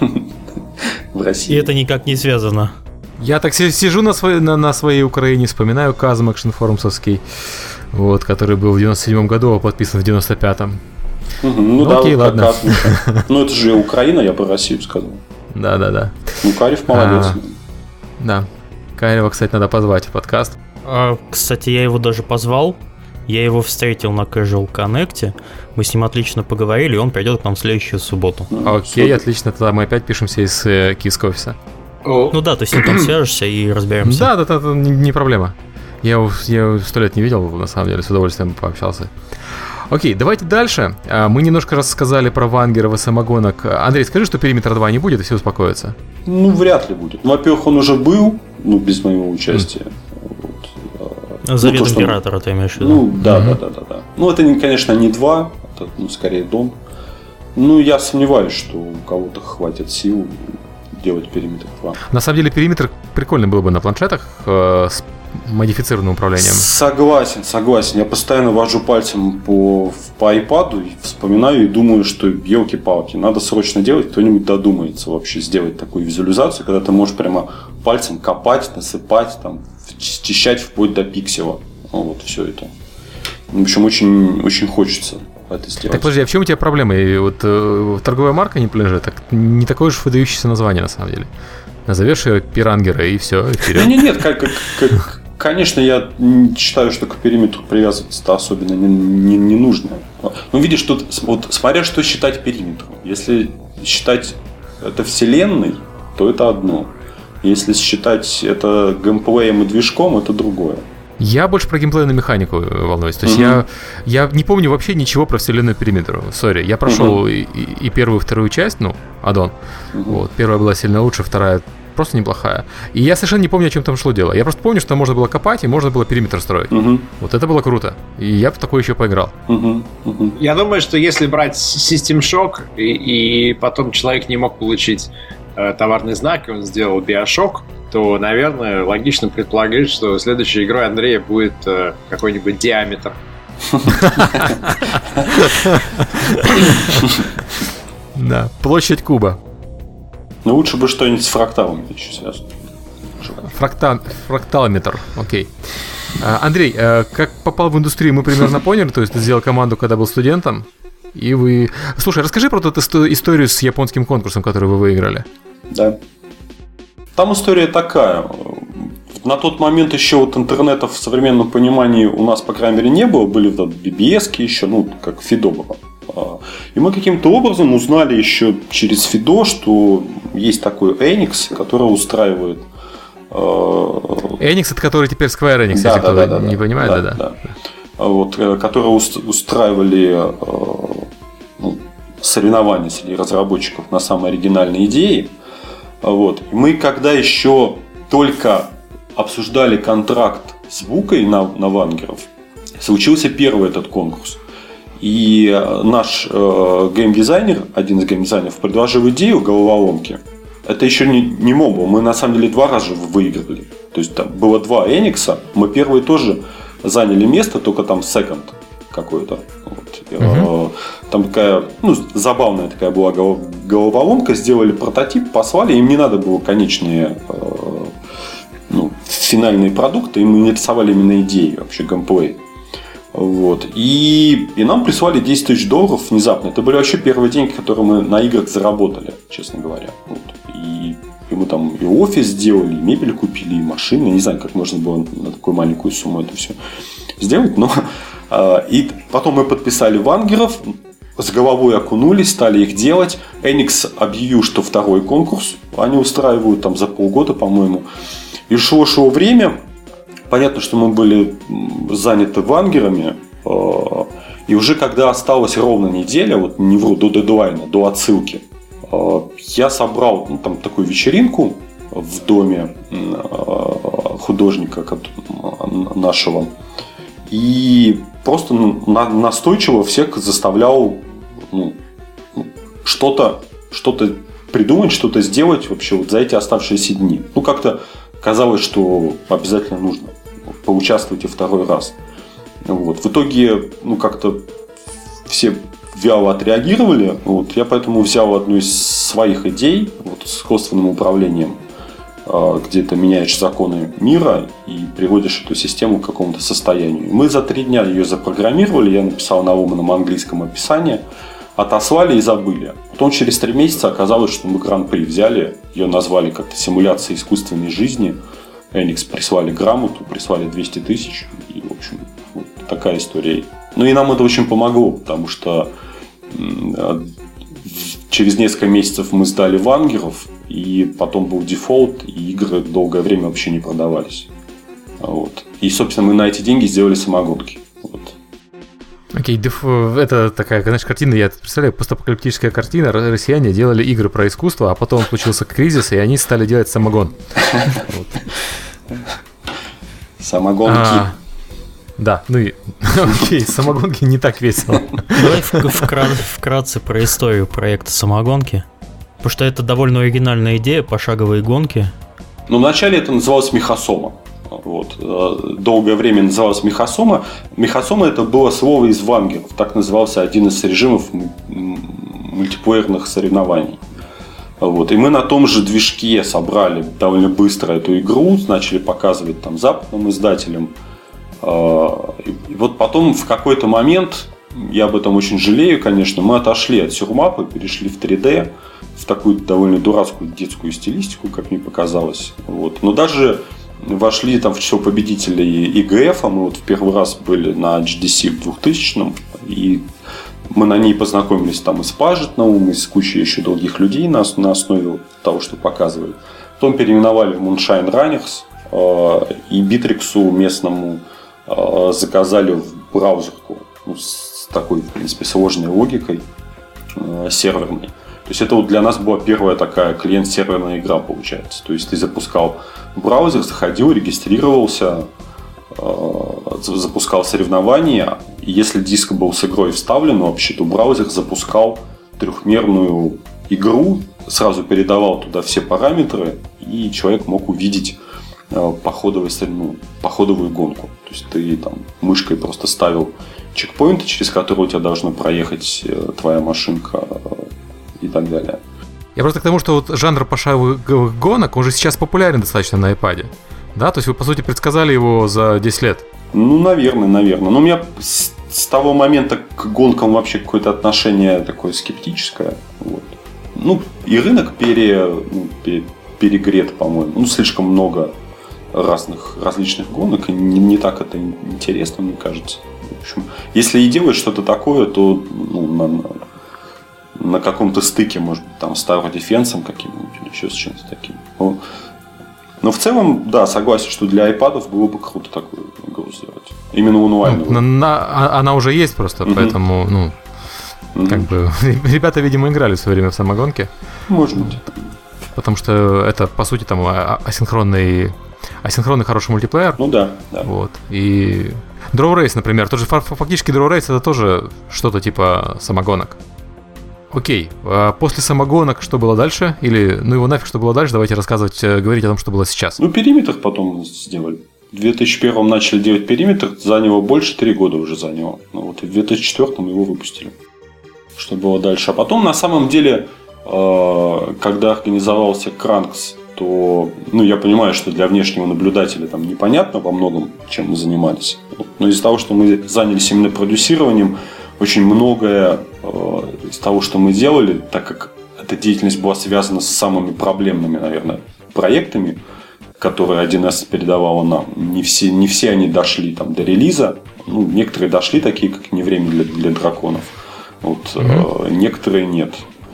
в России. И это никак не связано. Я так сижу на своей, на, на своей Украине, вспоминаю Казм Экшн Форумсовский, вот, который был в девяносто седьмом году, а подписан в девяносто пятом. Угу, ну, ну да, окей, вот ладно. Ну это же Украина, я про Россию сказал. Да-да-да. Ну Карев молодец. А, да. Карева, кстати, надо позвать в подкаст. А, кстати, я его даже позвал. Я его встретил на Casual Connect. Мы с ним отлично поговорили, и он придет к нам в следующую субботу. Ну, окей, супер. Отлично. Тогда мы опять пишемся из э, киевского офиса. О. Ну да, ты с ним там свяжешься и разберемся. Да, да, да, да, не, не проблема. Я его, я его сто лет не видел, на самом деле, с удовольствием пообщался. Окей, давайте дальше. Мы немножко рассказали про вангеров и самогонок. Андрей, скажи, что периметр два не будет, и все успокоятся. Ну, вряд ли будет. Ну, во-первых, он уже был, ну, без моего участия. Mm. Вот. Завет ну, то, императора что... ты имеешь в виду? Ну, да, mm-hmm. да, да, да, да. Ну, это, конечно, не два, это, ну, скорее дом. Ну, я сомневаюсь, что у кого-то хватит сил делать периметр два. На самом деле, периметр прикольно было бы на планшетах э, с модифицированным управлением. Согласен, согласен. Я постоянно вожу пальцем по, по iPad и вспоминаю и думаю, что елки-палки, надо срочно делать, кто-нибудь додумается вообще сделать такую визуализацию, когда ты можешь прямо пальцем копать, насыпать, там, счищать вплоть до пикселя. Вот все это. В общем, очень, очень хочется это сделать. Так подожди, а в чем у тебя проблема? И вот э, торговая марка не пляжет, так не такое уж выдающееся название на самом деле. Назовешь ее пирангера и все, и вперед. Нет, нет, как, как, как, конечно, я считаю, что к периметру привязываться-то особенно не, не, не нужно. Ну, видишь, тут вот смотря что считать периметром. Если считать это вселенной, то это одно. Если считать это геймплеем и движком, это другое. Я больше про геймплейную механику волнуюсь. То есть uh-huh. я, я не помню вообще ничего про вселенную периметру. Сори, я прошел uh-huh. и, и первую, и вторую часть, ну, аддон. Uh-huh. Вот, первая была сильно лучше, вторая просто неплохая. И я совершенно не помню, о чем там шло дело. Я просто помню, что там можно было копать и можно было периметр строить. Uh-huh. Вот это было круто. И я в такое еще поиграл. Uh-huh. Uh-huh. Я думаю, что если брать System Shock, и, и потом человек не мог получить э, товарный знак, и он сделал BioShock, то, наверное, логично предполагать, что следующей игрой Андрея будет э, какой-нибудь диаметр. Да, площадь куба. Ну, лучше бы что-нибудь с фракталом еще связано. Фракталометр, окей. Андрей, как попал в индустрию, мы примерно поняли, то есть ты сделал команду, когда был студентом, и вы... Слушай, расскажи про эту историю с японским конкурсом, который вы выиграли. Да. Там история такая. На тот момент еще вот интернета в современном понимании у нас, по крайней мере, не было. Были вот би би эс-ки еще, ну, как Фидо было. И мы каким-то образом узнали еще через Фидо, что есть такой Enix, который устраивает... Enix, это который теперь Square Enix, да, если да, кто да, не да, понимает. Да, да, да. Да. Вот, которые устраивали ну, соревнования среди разработчиков на самые оригинальные идеи. Вот. И мы, когда еще только обсуждали контракт с Букой на, на вангеров, случился первый этот конкурс. И наш э, геймдизайнер, один из геймдизайнеров, предложил идею головоломки. Это еще не, не мобил. Мы на самом деле два раза выиграли. То есть там было два Эникса. Мы первые тоже заняли место, только там секонд какой-то. Вот. Uh-huh. Там такая, ну, забавная такая была головоломка. Сделали прототип, послали. Им не надо было конечные, ну, финальные продукты. Им интересовали именно идеи, вообще геймплей. Вот. И, и нам прислали десять тысяч долларов внезапно. Это были вообще первые деньги, которые мы на играх заработали, честно говоря. Вот. И, и мы там и офис сделали, и мебель купили, и машины. Я не знаю, как можно было на такую маленькую сумму это все сделать. Но и потом мы подписали вангеров, с головой окунулись, стали их делать. Enix объявил, что второй конкурс они устраивают там за полгода, по-моему. И шло-шло время. Понятно, что мы были заняты вангерами. И уже когда осталась ровно неделя, вот не вру, до дедлайна, до отсылки, я собрал ну, там такую вечеринку в доме художника нашего. И просто настойчиво всех заставлял ну, что-то, что-то придумать, что-то сделать вообще вот за эти оставшиеся дни. Ну, как-то казалось, что обязательно нужно поучаствовать и второй раз. Вот. В итоге, ну, как-то все вяло отреагировали. Вот, я поэтому взял одну из своих идей вот, с косвенным управлением, где ты меняешь законы мира и приводишь эту систему к какому-то состоянию. Мы за три дня ее запрограммировали, я написал на ломаном английском описание, отослали и забыли. Потом через три месяца оказалось, что мы гран-при взяли, ее назвали как-то симуляцией искусственной жизни. Эникс прислали грамоту, прислали двести тысяч. И, в общем, вот такая история. Ну и нам это очень помогло, потому что через несколько месяцев мы сдали вангеров, и потом был дефолт, и игры долгое время вообще не продавались. Вот. И, собственно, мы на эти деньги сделали самогонки. Вот. Окей, okay, это такая, знаешь, картина, я представляю, постапокалиптическая картина. Россияне делали игры про искусство, а потом случился кризис, и они стали делать самогон. Самогонки. Да, ну и окей, самогонки не так весело. Давай вкратце про историю проекта самогонки. Потому что это довольно оригинальная идея, пошаговые гонки. Ну, вначале это называлось Мехасома. Вот. Долгое время называлось Мехасома. Мехасома — это было слово из вангеров. Так назывался один из режимов мультиплеерных соревнований. Вот. И мы на том же движке собрали довольно быстро эту игру, начали показывать там западным издателям. И вот потом в какой-то момент, я об этом очень жалею, конечно, мы отошли от сюрмапа, перешли в три дэ, в такую довольно дурацкую детскую стилистику, как мне показалось. Вот. Но даже вошли там в число победителей и джи эф, мы вот в первый раз были на джи ди си в двухтысячном, и мы на ней познакомились там и с Пажетновым, и с кучей еще других людей на, на основе того, что показывали. Потом переименовали в Moonshine Runners, э, и Битриксу местному э, заказали в браузерку, ну, с такой, в принципе, сложной логикой э, серверной. То есть это вот для нас была первая такая клиент-серверная игра, получается. То есть ты запускал браузер, заходил, регистрировался, запускал соревнования. И если диск был с игрой вставлен вообще, то браузер запускал трехмерную игру, сразу передавал туда все параметры, и человек мог увидеть походовую, ну, походовую гонку. То есть ты там мышкой просто ставил чекпоинты, через которые у тебя должна проехать твоя машинка и так далее. Я просто к тому, что вот жанр пошаговых гонок, он же сейчас популярен достаточно на iPad. Да, то есть вы, по сути, предсказали его за десять лет. Ну, наверное, наверное. Но у меня с, с того момента к гонкам вообще какое-то отношение такое скептическое. Вот. Ну, и рынок пере, ну, пере, перегрет, по-моему. Ну, слишком много разных, различных гонок, и не, не так это интересно, мне кажется. В общем, если и делать что-то такое, то ну, на, на каком-то стыке, может быть, там, с Tower Defense каким-нибудь или еще с чем-то таким. Но, но в целом, да, согласен, что для iPad'ов было бы круто такую игру сделать. Именно онлайн. Ну, на, она уже есть просто, угу. Поэтому, ну, угу. Как бы, ребята, видимо, играли в свое время в самогонке. Может быть. Потому что это, по сути, там, асинхронный, асинхронный хороший мультиплеер. Ну да, да. Вот. И Draw Race, например, тоже фактически Draw Race это тоже что-то типа самогонок. Окей, а после самогонок что было дальше? Или, ну его нафиг, что было дальше, давайте рассказывать, говорить о том, что было сейчас. Ну, периметр потом сделали. В две тысячи первом начали делать периметр, заняло больше, три года уже заняло. Ну, вот, и в две тысячи четвёртом его выпустили. Что было дальше? А потом, на самом деле, когда организовался Кранкс, то, ну, я понимаю, что для внешнего наблюдателя там непонятно во многом, чем мы занимались. Но из-за того, что мы занялись именно продюсированием, очень многое э, из того, что мы делали, так как эта деятельность была связана с самыми проблемными, наверное, проектами, которые один эс передавала нам, не все, не все они дошли там, до релиза. Ну, некоторые дошли, такие как «Не время для, для драконов». Вот, mm-hmm. э, некоторые нет.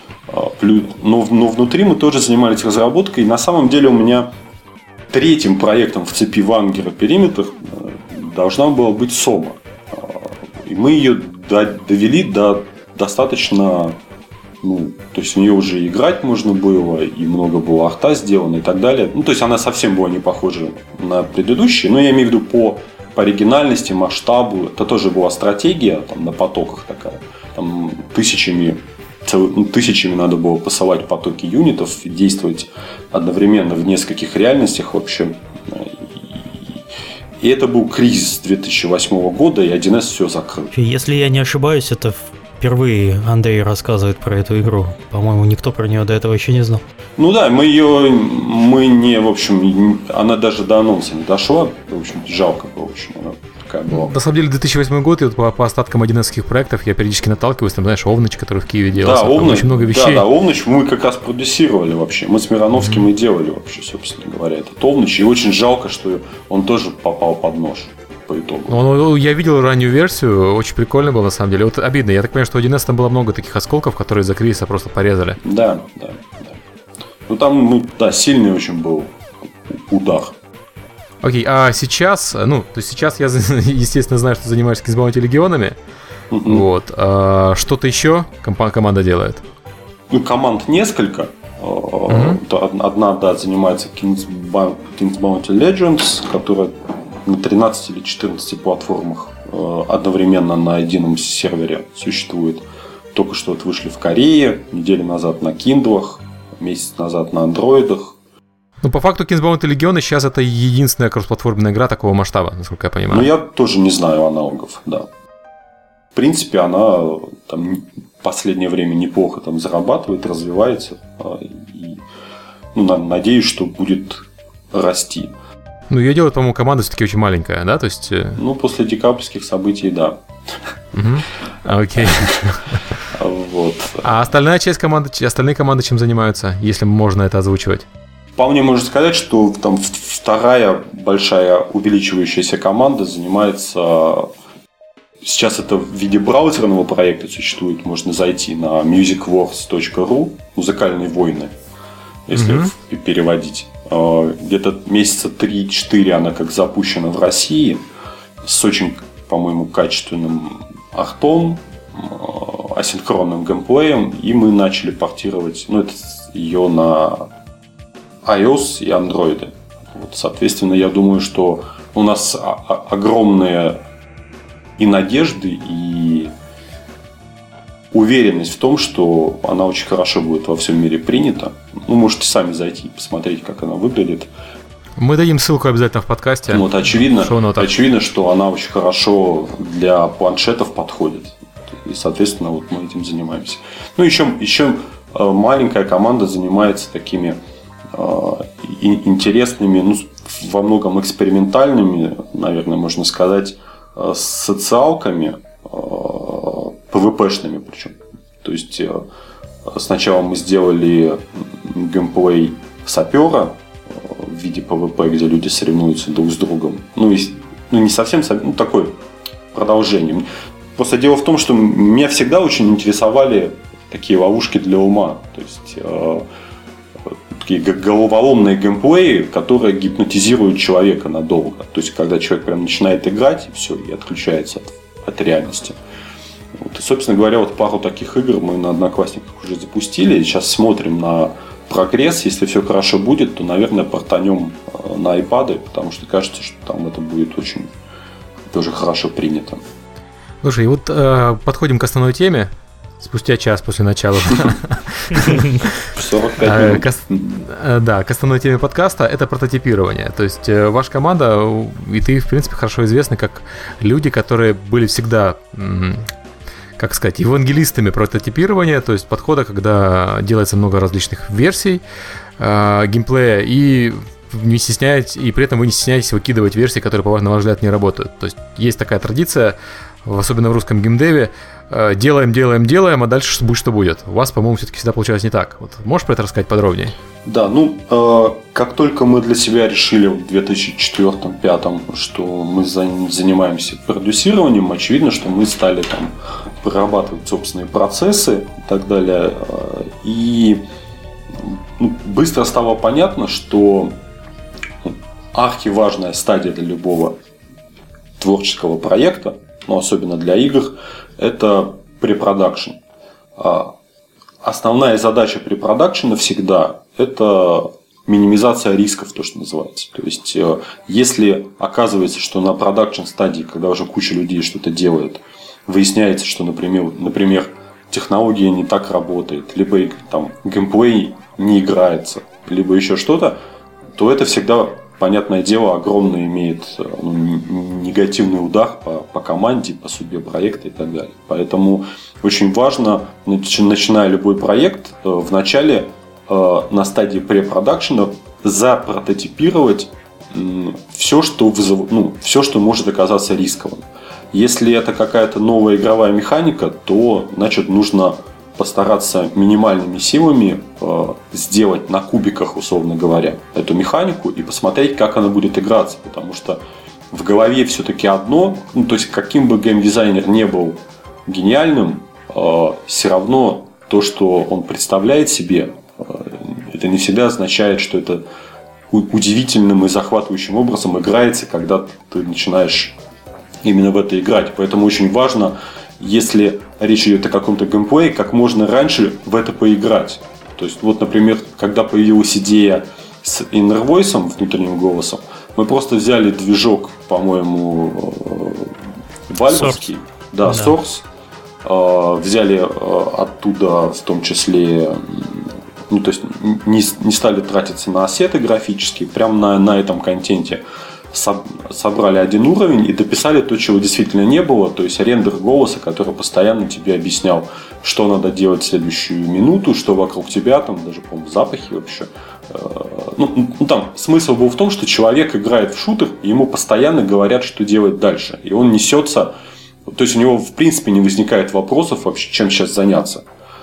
Но, но внутри мы тоже занимались разработкой. И на самом деле у меня третьим проектом в цепи Вангера «Периметр» должна была быть Сома. И мы ее довели до достаточно... Ну, то есть в нее уже играть можно было, и много было арта сделано и так далее. Ну, то есть она совсем была не похожа на предыдущие, но я имею в виду по, по оригинальности, масштабу. Это тоже была стратегия там, на потоках такая. Там тысячами, цел, ну, тысячами надо было посылать потоки юнитов и действовать одновременно в нескольких реальностях вообще. И это был кризис две тысячи восьмого года, и один эс все закрыл. Если я не ошибаюсь, это впервые Андрей рассказывает про эту игру. По-моему, никто про нее до этого еще не знал. Ну да, мы ее, мы не, в общем, она даже до анонса не дошла. В общем, жалко было очень. Она такая была. На самом деле, две тысячи восьмой год, и вот по, по остаткам один эсовских проектов я периодически наталкиваюсь, там, знаешь, Овныч, который в Киеве делался. Да, Овныч, очень много вещей. Да, да, Овныч мы как раз продюсировали вообще. Мы с Мироновским mm-hmm. и делали вообще, собственно говоря, этот Овныч. И очень жалко, что он тоже попал под нож. По итогу. Ну, я видел раннюю версию, очень прикольно было на самом деле. Вот обидно, я так понимаю, что у один эс там было много таких осколков, которые за Криса просто порезали. Да, да, да. Ну там, ну, да, сильный очень был удар. Окей, а сейчас, ну, то есть сейчас я, естественно, знаю, что занимаешься Kingsbounty легионами. Uh-huh. Вот. А что-то еще комп- команда делает? Ну, команд несколько. Uh-huh. Одна, да, занимается Kingsbounty Legends, которая на тринадцати или четырнадцати платформах э, одновременно на едином сервере существует. Только что вот вышли в Корее, неделю назад на Киндлах, месяц назад на андроидах. Ну, по факту Kingsbounty Legion сейчас это единственная кроссплатформенная игра такого масштаба, насколько я понимаю. Ну, я тоже не знаю аналогов, да. В принципе, она там в последнее время неплохо там зарабатывает, развивается. И, ну, надеюсь, что будет расти. Ну, ее делает, по-моему, команда все-таки очень маленькая, да? То есть... Ну, после декабрьских событий, да. Окей. Вот. А остальная часть команды, остальные команды чем занимаются, если можно это озвучивать? Вполне можно сказать, что там вторая большая увеличивающаяся команда занимается... Сейчас это в виде браузерного проекта существует. Можно зайти на мьюзик ворс точка ру, музыкальные войны, если mm-hmm. переводить. Где-то месяца три-четыре она как запущена в России с очень, по-моему, качественным артом, асинхронным геймплеем, и мы начали портировать, ну, это ее на iOS и Android. Вот, соответственно, я думаю, что у нас огромные и надежды, и уверенность в том, что она очень хорошо будет во всем мире принята. Ну, можете сами зайти и посмотреть, как она выглядит. Мы дадим ссылку обязательно в подкасте. Ну, вот очевидно, очевидно, что она очень хорошо для планшетов подходит. И, соответственно, вот мы этим занимаемся. Ну, еще, еще маленькая команда занимается такими э, интересными, ну, во многом экспериментальными, наверное, можно сказать, э, социалками, пи ви пи-шными причем. То есть сначала мы сделали геймплей сапера в виде пи ви пи, где люди соревнуются друг с другом. Ну, и, ну не совсем, ну, такое продолжение. Просто дело в том, что меня всегда очень интересовали такие ловушки для ума. То есть э, такие головоломные геймплеи, которые гипнотизируют человека надолго. То есть когда человек прям начинает играть, и все, и отключается от, от реальности. Вот. И, собственно говоря, вот пару таких игр мы на Одноклассниках уже запустили. И сейчас смотрим на прогресс. Если все хорошо будет, то, наверное, портанем на айпады, потому что кажется, что там это будет очень тоже хорошо принято. Слушай, и вот э, подходим к основной теме. Спустя час после начала. сорок пять минут. Да, к основной теме подкаста — это прототипирование. То есть ваша команда, и ты, в принципе, хорошо известны как люди, которые были всегда, как сказать, евангелистами прототипирования, то есть подхода, когда делается много различных версий геймплея, и не стесняетесь, и при этом вы не стесняетесь выкидывать версии, которые, на ваш взгляд, не работают. То есть есть такая традиция, особенно в русском геймдеве, делаем, делаем, делаем, а дальше будет, что будет. У вас, по-моему, все-таки всегда получалось не так. Вот, можешь про это рассказать подробнее? Да, ну, э, как только мы для себя решили в две тысячи четвёртом — две тысячи пятом, что мы за, занимаемся продюсированием, очевидно, что мы стали там прорабатывать собственные процессы и так далее. И ну, быстро стало понятно, что архиважная стадия для любого творческого проекта, но особенно для игр, это препродакшн. Основная задача препродакшена всегда это минимизация рисков, то, что называется. То есть, если оказывается, что на продакшн стадии, когда уже куча людей что-то делает, выясняется, что, например, например технология не так работает, либо там геймплей не играется, либо еще что-то, то это всегда понятное дело, огромный имеет ну, негативный удар по, по команде, по судьбе проекта и так далее. Поэтому очень важно, начиная любой проект, вначале на стадии препродакшена запрототипировать все, что вызов... ну, все, что может оказаться рисковым. Если это какая-то новая игровая механика, то, значит, нужно постараться минимальными силами э, сделать на кубиках, условно говоря, эту механику и посмотреть, как она будет играться. Потому что в голове все-таки одно, ну, то есть каким бы геймдизайнер не был гениальным, э, все равно то, что он представляет себе, э, это не всегда означает, что это удивительным и захватывающим образом играется, когда ты начинаешь именно в это играть. Поэтому очень важно, если речь идет о каком-то геймплее, как можно раньше в это поиграть. То есть, вот, например, когда появилась идея с Inner Voice, внутренним голосом, мы просто взяли движок, по-моему, вальвовский, да, да. Source, взяли оттуда в том числе, ну, то есть не, не стали тратиться на ассеты графические, прямо на, на этом контенте собрали один уровень и дописали то, чего действительно не было, то есть рендер голоса, который постоянно тебе объяснял, что надо делать в следующую минуту, что вокруг тебя, там даже, по-моему, запахи вообще. Ну, ну, там смысл был в том, что человек играет в шутер, и ему постоянно говорят, что делать дальше. И он несется, то есть у него в принципе не возникает вопросов вообще, чем сейчас заняться.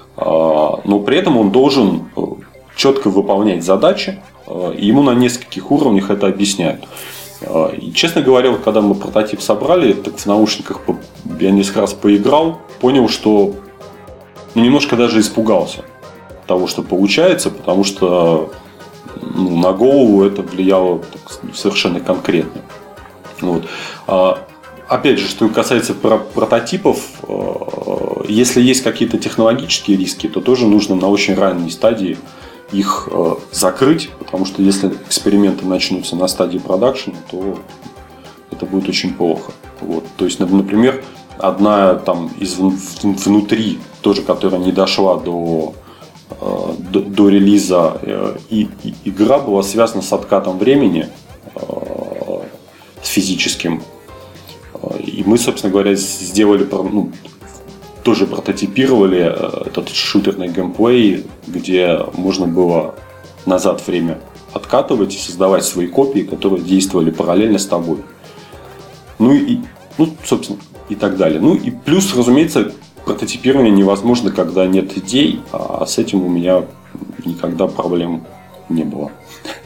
Но при этом он должен четко выполнять задачи, и ему на нескольких уровнях это объясняют. И, честно говоря, вот когда мы прототип собрали, так в наушниках я несколько раз поиграл, понял, что ну, немножко даже испугался того, что получается, потому что ну, на голову это влияло так, совершенно конкретно. Вот. А, опять же, что касается про- прототипов, если есть какие-то технологические риски, то тоже нужно на очень ранней стадии их э, закрыть, потому что если эксперименты начнутся на стадии продакшена, то это будет очень плохо. Вот. То есть, например, одна там из внутри, тоже которая не дошла до, э, до, до релиза, э, и, и игра была связана с откатом времени, э, с физическим. И мы, собственно говоря, сделали, ну, тоже прототипировали этот шутерный геймплей, где можно было назад время откатывать и создавать свои копии, которые действовали параллельно с тобой. Ну и, ну, собственно, и так далее. Ну и плюс, разумеется, прототипирование невозможно, когда нет идей, а с этим у меня никогда проблем не было.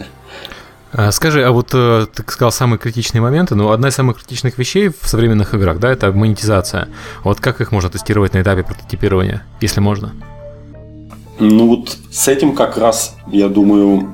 Скажи, а вот ты сказал самые критичные моменты, но одна из самых критичных вещей в современных играх, да, это монетизация. Вот как их можно тестировать на этапе прототипирования, если можно? Ну вот с этим как раз, я думаю,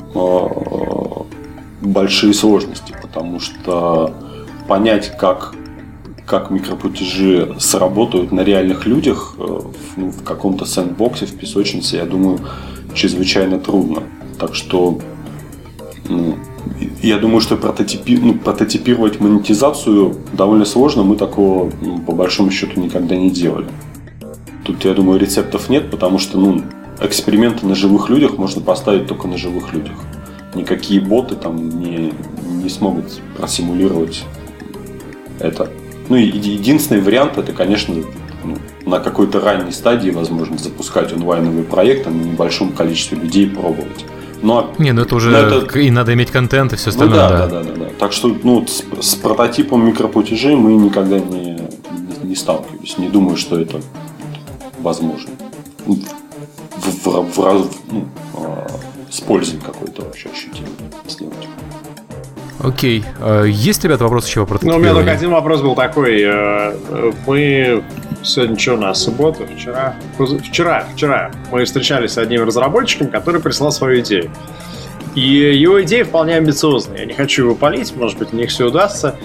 большие сложности, потому что понять, как, как микроплатежи сработают на реальных людях ну, в каком-то сэндбоксе, в песочнице, я думаю, чрезвычайно трудно. Так что ну, я думаю, что прототипи... ну, прототипировать монетизацию довольно сложно. Мы такого, ну, по большому счету, никогда не делали. Тут, я думаю, рецептов нет, потому что ну, эксперименты на живых людях можно поставить только на живых людях. Никакие боты там не, не смогут просимулировать это. Ну и единственный вариант это, конечно, ну, на какой-то ранней стадии возможно запускать онлайновый проект, а на небольшом количестве людей пробовать. Но, не, ну это уже это... и надо иметь контент и все остальное. Ну, да, да. Да, да, да, да. Так что ну, с, с прототипом микроплатежей мы никогда не, не, не сталкивались. Не думаю, что это возможно. В, в, в, в, ну, с пользой какой-то вообще ощутимой сделать. Окей. Есть, ребята, вопрос еще по прототипированию? Ну, у меня только один вопрос был такой. Мы... Сегодня что у нас? Суббота? Вчера? Вчера, вчера мы встречались с одним разработчиком, который прислал свою идею. И его идея вполне амбициозная. Я не хочу его палить, может быть, у них все удастся.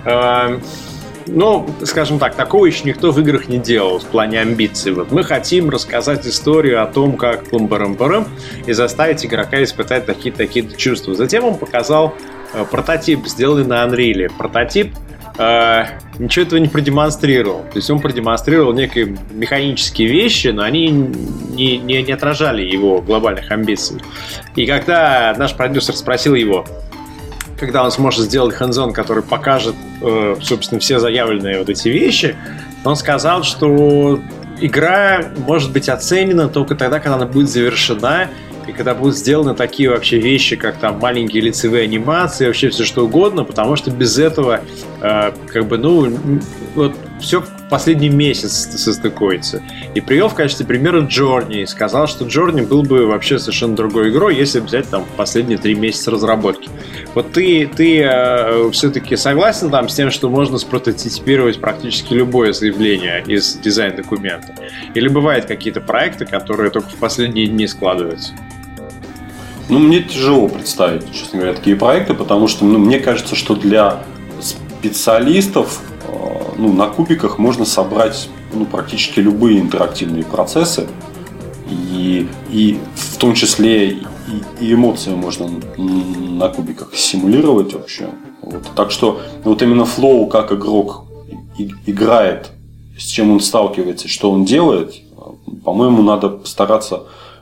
Ну, скажем так, такого еще никто в играх не делал в плане амбиций. Вот мы хотим рассказать историю о том, как пум-барам-барам, и заставить игрока испытать такие-то чувства. Затем он показал прототип, сделанный на Unreal. Прототип э, ничего этого не продемонстрировал. То есть он продемонстрировал некие механические вещи, но они не, не, не отражали его глобальных амбиций. И когда наш продюсер спросил его: когда он сможет сделать хэндзон, который покажет, э, собственно, все заявленные вот эти вещи, он сказал, что игра может быть оценена только тогда, когда она будет завершена, и когда будут сделаны такие вообще вещи, как там маленькие лицевые анимации, вообще все что угодно, потому что без этого, э, как бы, ну, вот все в последний месяц состыкуется. И привел в качестве примера Journey. Сказал, что Journey был бы вообще совершенно другой игрой, если взять там последние три месяца разработки. Вот ты, ты э, все-таки согласен там с тем, что можно спрототипировать практически любое заявление из дизайн-документа? Или бывают какие-то проекты, которые только в последние дни складываются? Ну, мне тяжело представить, честно говоря, такие проекты, потому что, ну, мне кажется, что для специалистов, ну, на кубиках можно собрать, ну, практически любые интерактивные процессы, и, и в том числе и, и эмоции можно на кубиках симулировать вообще. Вот. Так что вот именно флоу, как игрок играет, с чем он сталкивается, что он делает, по-моему, надо постараться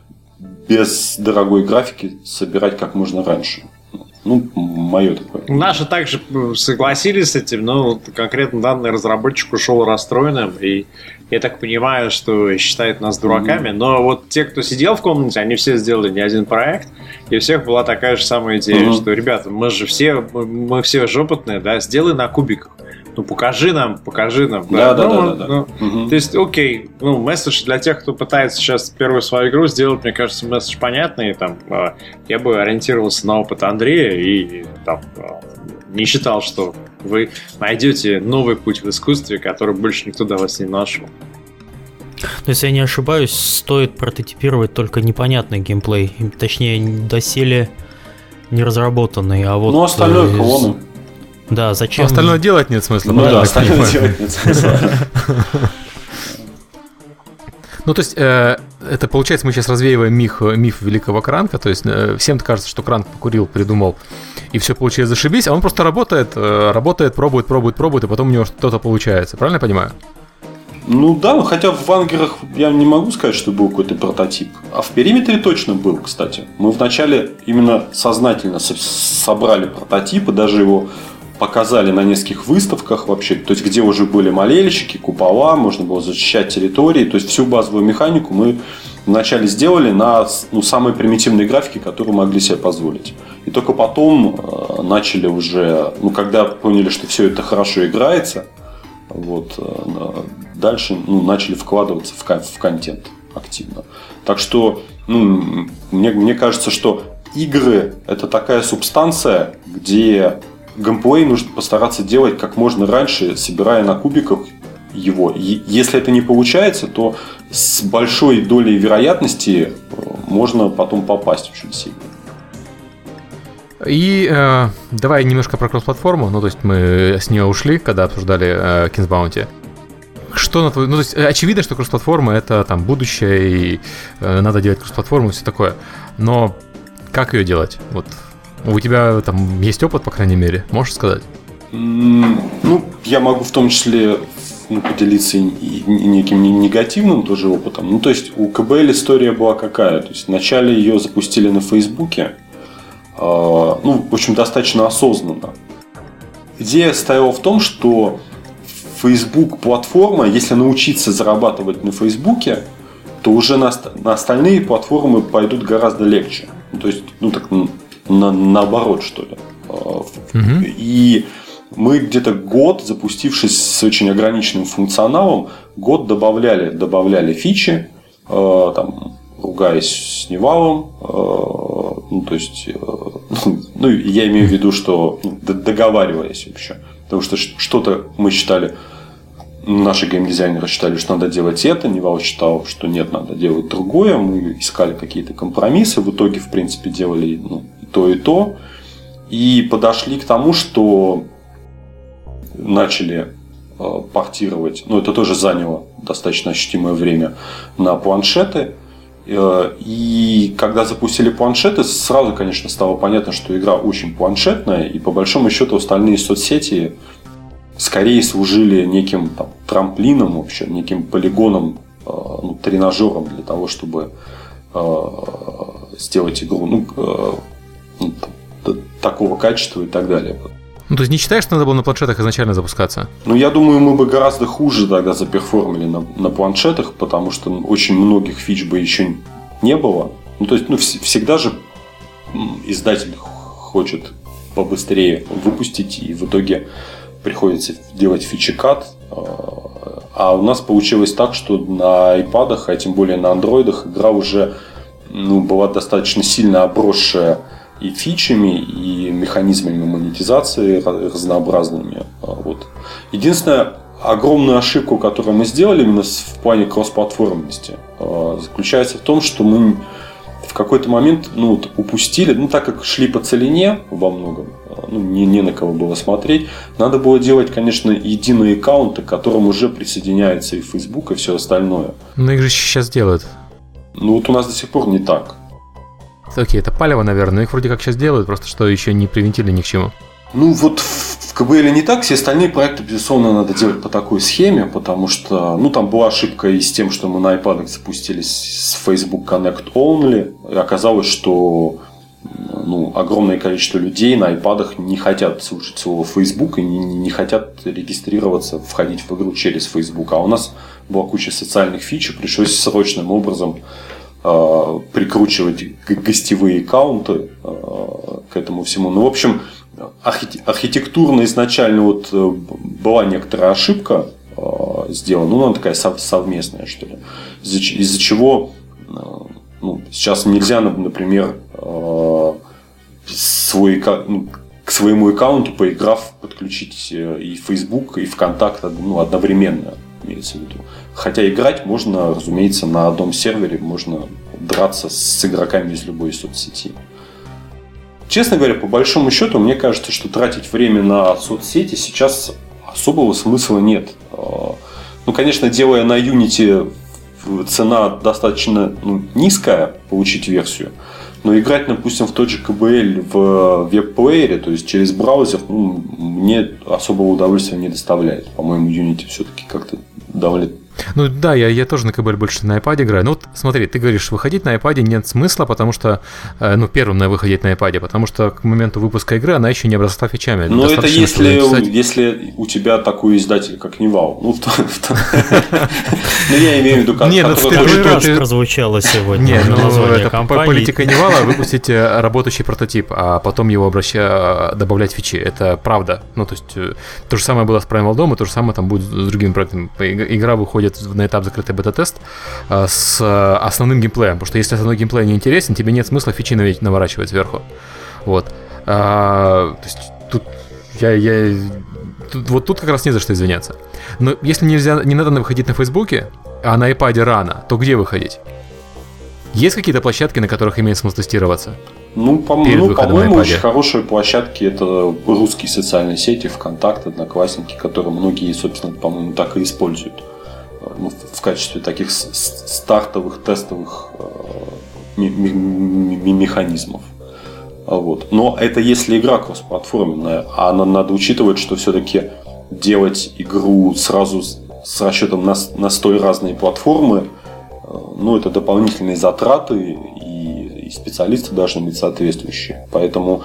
без дорогой графики собирать как можно раньше. Ну, мое такое. Наши также согласились с этим, но конкретно данный разработчик ушел расстроенным, и я так понимаю, что считает нас дураками, mm-hmm. но вот те, кто сидел в комнате, они все сделали не один проект, и у всех была такая же самая идея, mm-hmm. что, ребята, мы же все, мы все же опытные, да, сделай на кубиках. Ну, покажи нам, покажи нам. Да, да, ну, да, да, ну, да. Угу. То есть, окей, ну, месседж для тех, кто пытается сейчас первую свою игру сделать, мне кажется, месседж понятный. Там, я бы ориентировался на опыт Андрея и там, не считал, что вы найдете новый путь в искусстве, который больше никто до вас не нашел. Но если я не ошибаюсь, стоит прототипировать только непонятный геймплей, точнее, доселе не разработанный, а вот... Ну, остальное клоны. Да, зачем? А остальное делать нет смысла. Ну да, остальное делать нет смысла. Ну, то есть, э, это получается, мы сейчас развеиваем миф, миф великого Кранка. То есть, э, всем кажется, что Кранк покурил, придумал, и все получилось зашибись, а он просто работает, э, работает, пробует, пробует, пробует, и потом у него что-то получается. Правильно я понимаю? Ну да, хотя в Вангерах я не могу сказать, что был какой-то прототип. А в Периметре точно был, кстати. Мы вначале именно сознательно собрали прототип, и даже его показали на нескольких выставках вообще, то есть где уже были молельщики, купола, можно было защищать территории, то есть всю базовую механику мы вначале сделали на, ну, самой примитивной графике, которую могли себе позволить. И только потом э, начали уже, ну, когда поняли, что все это хорошо играется, вот, э, дальше, ну, начали вкладываться в, в контент активно. Так что, ну, мне, мне кажется, что игры – это такая субстанция, где геймплей нужно постараться делать как можно раньше, собирая на кубиках его. И если это не получается, то с большой долей вероятности можно потом попасть очень сильно. И э, давай немножко про кросс-платформу. Ну, то есть мы с нее ушли, когда обсуждали э, Kings Bounty. Что на твой... Ну, то есть очевидно, что кросс-платформа — это там будущее, и э, надо делать кросс-платформу и все такое. Но как ее делать? Вот. У тебя там есть опыт, по крайней мере, можешь сказать? Mm, ну, я могу в том числе, ну, поделиться и, и неким негативным тоже опытом. Ну, то есть у ка бэ эл история была какая? То есть вначале ее запустили на Фейсбуке, э, ну, в общем, достаточно осознанно. Идея стояла в том, что Facebook платформа, если научиться зарабатывать на Фейсбуке, то уже на, на остальные платформы пойдут гораздо легче. То есть, ну так, на, наоборот, что ли. Mm-hmm. И мы где-то год, запустившись с очень ограниченным функционалом, год добавляли, добавляли фичи, э, там, ругаясь с Невалом. Э, ну, то есть, э, ну, я имею в виду, что ну, договариваясь вообще. Потому что что-то мы считали, наши геймдизайнеры считали, что надо делать это, Невал считал, что нет, надо делать другое. Мы искали какие-то компромиссы, в итоге, в принципе, делали ну, и то, и то. И подошли к тому, что начали э, портировать, ну, это тоже заняло достаточно ощутимое время, на планшеты. Э, и когда запустили планшеты, сразу, конечно, стало понятно, что игра очень планшетная, и по большому счету остальные соцсети скорее служили неким там, трамплином, вообще, неким полигоном, э, ну, тренажером для того, чтобы э, сделать игру. Ну, э, такого качества и так далее. Ну, то есть не считаешь, что надо было на планшетах изначально запускаться? Ну, я думаю, мы бы гораздо хуже тогда заперформили на, на планшетах, потому что очень многих фич бы еще не было. Ну, то есть, ну, вс- всегда же издатель хочет побыстрее выпустить, и в итоге приходится делать фичекат. А у нас получилось так, что на айпадах, а тем более на андроидах, игра уже ну, была достаточно сильно обросшая и фичами, и механизмами монетизации разнообразными. Вот. Единственная огромная ошибка, которую мы сделали именно в плане кроссплатформенности, заключается в том, что мы в какой-то момент ну, упустили, ну так как шли по целине во многом, ну, не, не на кого было смотреть, надо было делать, конечно, единые аккаунты, к которым уже присоединяется и Facebook, и все остальное. Но их же сейчас делают. Ну вот у нас до сих пор не так. Окей, это палево, наверное, но их вроде как сейчас делают, просто что еще не привинтили ни к чему. Ну вот в ка бэ эл не так, все остальные проекты, безусловно, надо делать по такой схеме, потому что, ну там была ошибка и с тем, что мы на iPad запустились с Facebook Connect Only, и оказалось, что ну, огромное количество людей на iPad не хотят слушать слово Facebook и не, не хотят регистрироваться, входить в игру через Facebook, а у нас была куча социальных фич, и пришлось срочным образом э, прикручивать гостевые аккаунты э, к этому всему. Ну, в общем, архитектурно изначально вот была некоторая ошибка э, сделана, ну, она такая совместная, что ли, из-за, из-за чего э, ну, сейчас нельзя, например, э, свой, ну, к своему аккаунту, поиграв, подключить и Facebook, и ВКонтакт ну, одновременно, имеется в виду. Хотя играть можно, разумеется, на одном сервере, можно драться с игроками из любой соцсети. Честно говоря, по большому счету, мне кажется, что тратить время на соцсети сейчас особого смысла нет. Ну, конечно, делая на Unity цена достаточно ну, низкая, получить версию, но играть, допустим, в тот же ка бэ эл в веб-плеере, то есть через браузер, ну, мне особого удовольствия не доставляет. По-моему, Unity все-таки как-то довольно... Ну да, я, я тоже на ка бэ эл больше на iPad играю. Ну вот смотри, ты говоришь, выходить на iPad нет смысла, потому что, э, ну, первым на выходить на iPad, потому что к моменту выпуска игры она еще не обросла фичами. Ну это если, если у тебя такой издатель, как Невал. Ну, я имею в виду, как... Нет, ну второй раз прозвучало сегодня. Нет, ну это политика Невала выпустить работающий прототип, а потом его добавлять фичи. Это правда. Ну то есть то же самое было с Primal Dome, и то же самое там будет с другими проектами. Игра выходит на этап закрытый бета-тест с основным геймплеем, потому что если основной геймплей не интересен, тебе нет смысла фичи наворачивать сверху. Вот. А, то есть тут я, я тут, вот тут как раз не за что извиняться. Но если нельзя, не надо выходить на Фейсбуке, а на iPad рано, то где выходить? Есть какие-то площадки, на которых имеет смысл тестироваться? Ну, по- ну по-моему, очень хорошие площадки. Это русские социальные сети, ВКонтакт, Одноклассники, которые многие, собственно, по-моему, так и используют. Ну, в качестве таких стартовых тестовых э, механизмов. Вот. Но это если игра кроссплатформенная, а надо учитывать, что все-таки делать игру сразу с расчетом на, на столь разные платформы, э, ну, это дополнительные затраты, и, и специалисты должны быть соответствующие. Поэтому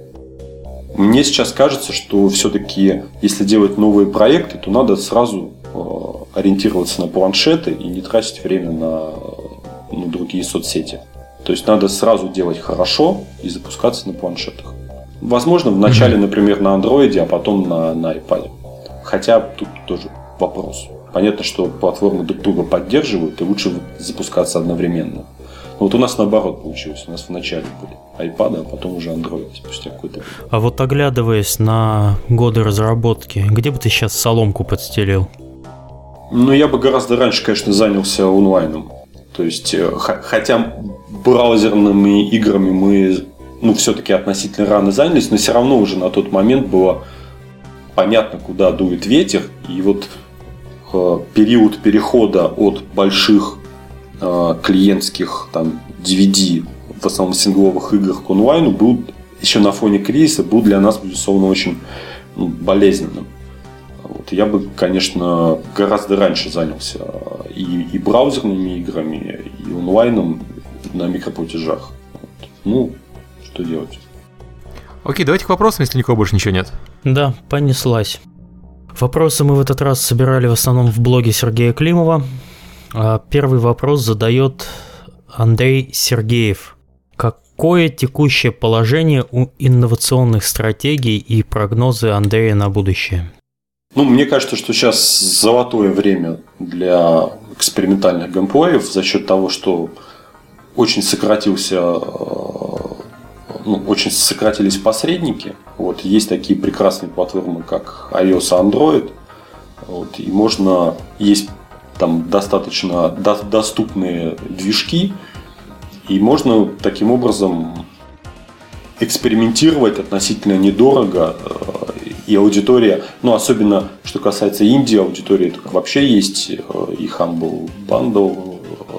мне сейчас кажется, что все-таки, если делать новые проекты, то надо сразу ориентироваться на планшеты и не тратить время на, на другие соцсети. То есть надо сразу делать хорошо и запускаться на планшетах. Возможно, вначале, например, на андроиде, а потом на, на iPad. Хотя тут тоже вопрос. Понятно, что платформы друг друга поддерживают, и лучше запускаться одновременно. Но вот у нас наоборот получилось. У нас вначале были iPad, а потом уже Android спустя какой-то время. А вот оглядываясь на годы разработки, где бы ты сейчас соломку подстелил? Ну, я бы гораздо раньше, конечно, занялся онлайном. То есть, хотя браузерными играми мы, ну, все-таки относительно рано занялись, но все равно уже на тот момент было понятно, куда дует ветер. И вот э, период перехода от больших э, клиентских там, ди ви ди, в основном сингловых игр, к онлайну был еще на фоне кризиса, был для нас, безусловно, очень ну, болезненным. Вот. Я бы, конечно, гораздо раньше занялся и, и браузерными играми, и онлайном на микроплатежах. Вот. Ну, что делать? Окей, давайте к вопросам, если никого больше ничего нет. Да, понеслась. Вопросы мы в этот раз собирали в основном в блоге Сергея Климова. Первый вопрос задает Андрей Сергеев. Какое текущее положение у инновационных стратегий и прогнозы Андрея на будущее? Ну, мне кажется, что сейчас золотое время для экспериментальных геймплеев за счет того, что очень сократился, ну, очень сократились посредники. Вот, есть такие прекрасные платформы, как iOS и Android. Вот, и можно, есть там достаточно до, доступные движки, и можно таким образом экспериментировать относительно недорого. И аудитория, ну, особенно, что касается Индии, аудитория вообще есть, и Humble Bundle,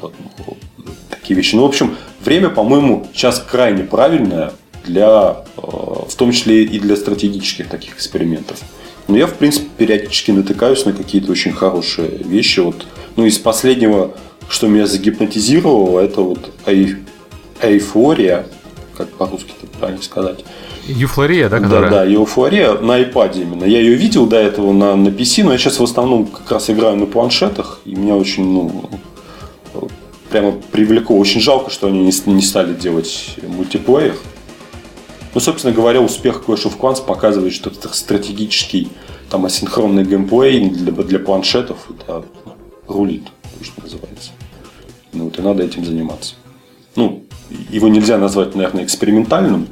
такие вещи. Ну, в общем, время, по-моему, сейчас крайне правильное, для, в том числе и для стратегических таких экспериментов. Но я, в принципе, периодически натыкаюсь на какие-то очень хорошие вещи. Вот, ну, из последнего, что меня загипнотизировало, это вот эйфория, как по-русски это правильно сказать. Юфлория, да, которая? Да, да, эйфория на iPad именно. Я ее видел до этого на, на пи си, но я сейчас в основном как раз играю на планшетах, и меня очень, ну, прямо привлекло. Очень жалко, что они не, не стали делать мультиплеер. Ну, собственно говоря, успех Clash of Clans показывает, что стратегический, там, асинхронный геймплей для, для планшетов это рулит, что называется. Ну, вот и надо этим заниматься. Ну, его нельзя назвать, наверное, экспериментальным.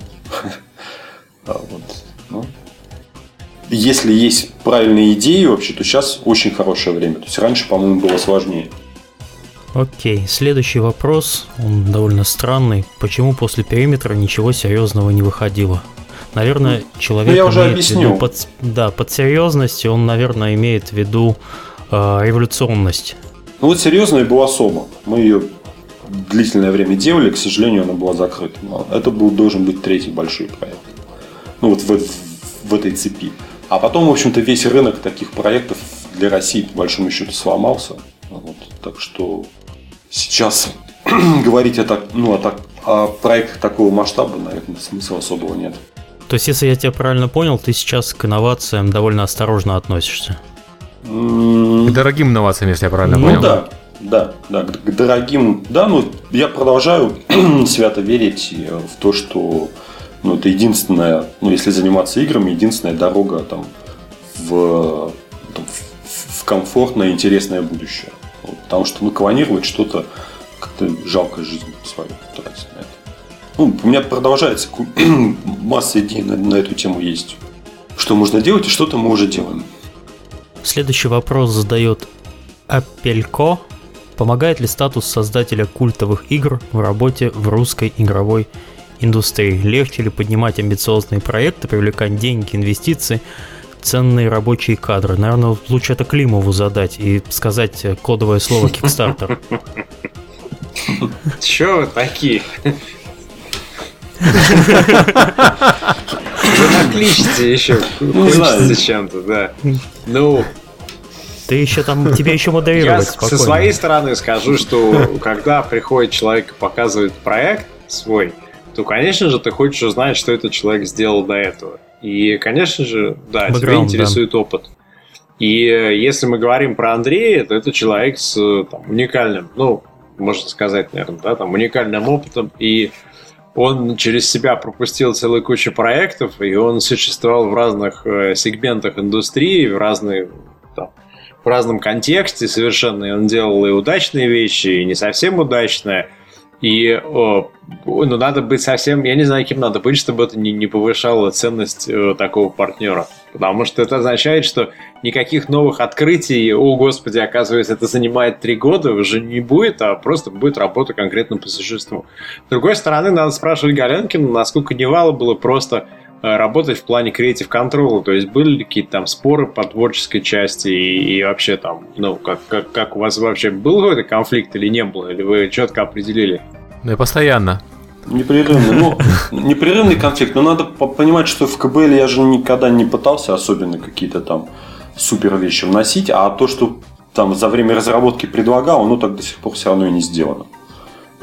Вот. Ну. Если есть правильные идеи вообще, то сейчас очень хорошее время. То есть раньше, по-моему, было сложнее. Окей, следующий вопрос, он довольно странный. Почему после периметра ничего серьезного не выходило? Наверное, человек ну, я уже имеет объяснил. в виду под, да, под серьезностью, он, наверное, имеет в виду э, революционность. Ну вот серьезная была Сома. Мы ее длительное время делали, к сожалению, она была закрыта. Но это был, должен быть третий большой проект. Ну вот в, в, в этой цепи. А потом, в общем-то, весь рынок таких проектов для России, по большому счету, сломался. Вот. Так что сейчас говорить о, так, ну, о, так, о проектах такого масштаба, наверное, смысла особого нет. То есть, если я тебя правильно понял, ты сейчас к инновациям довольно осторожно относишься? К дорогим инновациям, если я правильно ну, понял. Ну да, да, да, к дорогим. Да, ну я продолжаю свято верить в то, что ну, это единственная, ну если заниматься играми, единственная дорога там, в, там, в, в комфортное, интересное будущее. Вот, потому что ну, клонировать что-то как-то жалко жизнь свою тратить на это. Ну, у меня продолжается масса идей на, на эту тему есть. Что можно делать и что-то мы уже делаем. Следующий вопрос задает Апелько. Помогает ли статус создателя культовых игр в работе в русской игровой индустрии? Легче ли поднимать амбициозные проекты, привлекать деньги, инвестиции, ценные рабочие кадры? Наверное, лучше это Климову задать и сказать кодовое слово Kickstarter. Чё вы такие? Вы накличите еще, хочется чем-то, да. Ну... Ты еще там, тебе еще модерировать Я спокойно. Со своей стороны скажу, что когда приходит человек и показывает проект свой, то, конечно же, ты хочешь узнать, что этот человек сделал до этого. И, конечно же, да, Background, тебя интересует да. опыт. И если мы говорим про Андрея, то это человек с там, уникальным, ну, можно сказать, наверное, да, там, уникальным опытом. И он через себя пропустил целую кучу проектов, и он существовал в разных э, сегментах индустрии, в разные... Там, в разном контексте совершенно. И он делал и удачные вещи, и не совсем удачные. И о, ну, надо быть совсем... Я не знаю, кем надо быть, чтобы это не, не повышало ценность э, такого партнера. Потому что это означает, что никаких новых открытий, о, господи, оказывается, это занимает три года, уже не будет, а просто будет работа конкретно по существу. С другой стороны, надо спрашивать Галенкина, насколько Невало было просто... работать в плане creative control, то есть были ли какие-то там споры по творческой части и, и вообще там, ну, как, как, как у вас вообще был какой-то конфликт или не было, или вы четко определили? Ну и постоянно. Непрерывный, ну, непрерывный конфликт, но надо понимать, что в ка бэ эл я же никогда не пытался особенно какие-то там супер вещи вносить, а то, что там за время разработки предлагал, ну, так до сих пор все равно и не сделано.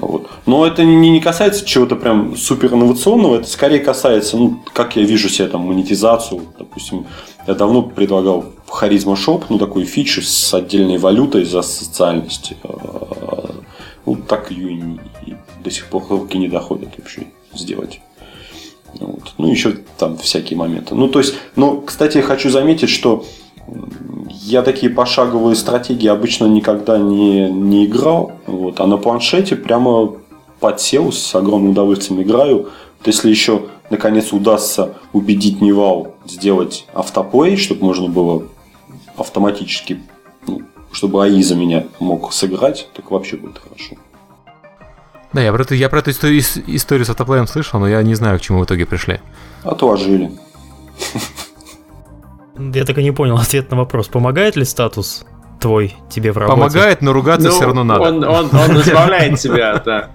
Вот. Но это не, не касается чего-то прям супер инновационного, это скорее касается, ну, как я вижу себе там монетизацию. Допустим, я давно предлагал Charisma Shop, ну, такую фичу с отдельной валютой за социальность. Ну, так ее и, и до сих пор руки не доходят вообще сделать. Вот. Ну, еще там всякие моменты. Ну, то есть, ну, кстати, я хочу заметить, что я такие пошаговые стратегии обычно никогда не, не играл. Вот. А на планшете прямо подсел, с огромным удовольствием играю. Вот если еще наконец удастся убедить Невал сделать автоплей, чтобы можно было автоматически, ну, чтобы эй ай за меня мог сыграть, так вообще будет хорошо. Да, я про эту, я про эту историю, историю с автоплеем слышал, но я не знаю, к чему в итоге пришли. Отложили. Я так и не понял ответ на вопрос. Помогает ли статус твой тебе в работе? Помогает, но ругаться ну, все равно надо. Он, он, он избавляет тебя от... Да.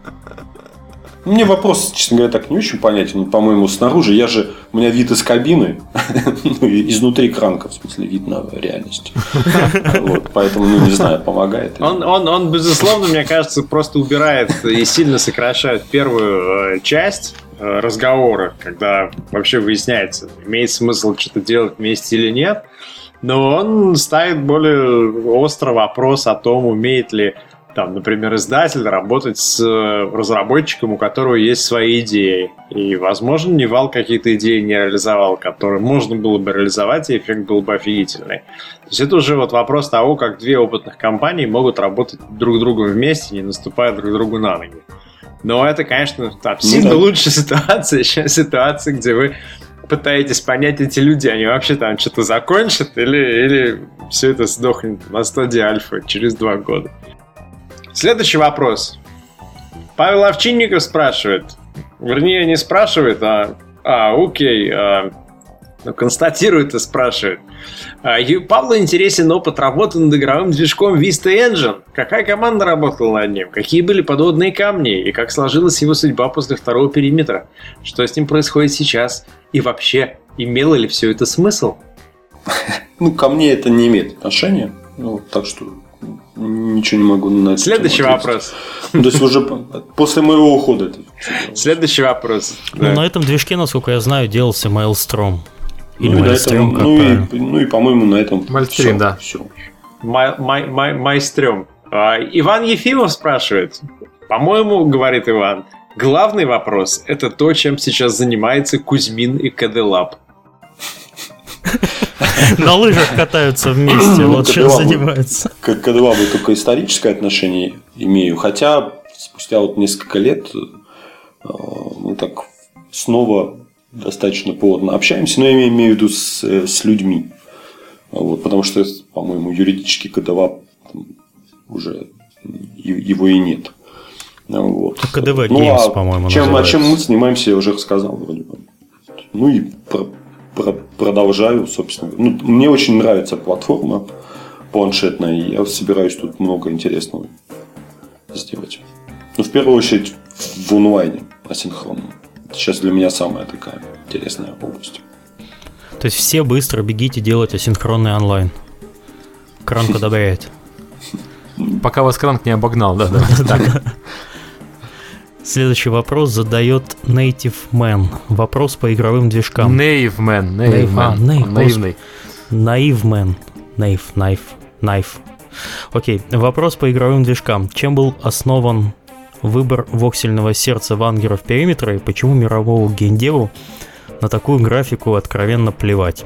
Мне вопрос, честно говоря, так не очень понятен. По-моему, снаружи. Я же... У меня вид из кабины. Ну, изнутри кранка, в смысле, вид на реальность. Вот, поэтому, ну, не знаю, помогает. Он, он, он, безусловно, мне кажется, просто убирает и сильно сокращает первую часть разговора, когда вообще выясняется, имеет смысл что-то делать вместе или нет. Но он ставит более острый вопрос о том, умеет ли там, например, издатель работать с разработчиком, у которого есть свои идеи. И, возможно, Невал какие-то идеи не реализовал, которые можно было бы реализовать, и эффект был бы офигительный. То есть это уже вот вопрос того, как две опытных компании могут работать друг с другом вместе, не наступая друг другу на ноги. Но это, конечно, там, сильно ну, да. лучшая ситуация, чем ситуация, где вы пытаетесь понять, эти люди, они вообще там что-то закончат, или, или все это сдохнет на стадии альфа через два года. Следующий вопрос. Павел Овчинников спрашивает. Вернее, не спрашивает, а... А, окей. А, ну, констатирует и спрашивает. А, Павлу интересен опыт работы над игровым движком Vista Engine. Какая команда работала над ним? Какие были подводные камни? И как сложилась его судьба после второго периметра? Что с ним происходит сейчас? И вообще, имело ли все это смысл? Ну, ко мне это не имеет отношения. Ну, так что... Ничего не могу на это. Следующий вопрос. Ну, то есть уже после моего ухода. Это Следующий вопрос. Ну, да. На этом движке, насколько я знаю, делался Maelstrom. Или ну, Maelstrom, как ну, и, ну и, по-моему, на этом Maelstrom, да. Все. Maelstrom. Иван Ефимов спрашивает. По-моему, говорит Иван, главный вопрос – это то, чем сейчас занимается Кузьмин и КД-Лаб. На лыжах катаются вместе, вот чем занимаются. К КД-Лабу только историческое отношение имею, хотя спустя вот несколько лет мы так снова достаточно плотно общаемся, но я имею в виду с, с людьми. Вот, потому что, по-моему, юридически КД-Лаб уже его и нет. Вот. КДВ ну, Games, а по-моему, чем, называется. А чем мы занимаемся, я уже рассказал вроде бы. Ну и про продолжаю, собственно. Ну, мне очень нравится платформа планшетная, и я собираюсь тут много интересного сделать. Ну, в первую очередь, в онлайне, асинхронном. Сейчас для меня самая такая интересная область. То есть все быстро бегите делать асинхронный онлайн. Кранк одобряет. Пока вас Кранк не обогнал, да, да. Следующий вопрос задает Native Man. Вопрос по игровым движкам. Naive Man. Naive Man. А, Naive, Наивный. Naive Man. Naive, Knife, Knife. Окей. Вопрос по игровым движкам. Чем был основан выбор воксельного сердца вангеров периметра и почему мировому геймдеву на такую графику откровенно плевать?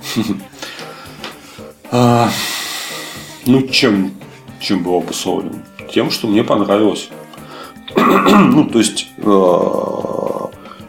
Ну, чем чем был обусловлен? Тем, что мне понравилось. Ну, то есть, э,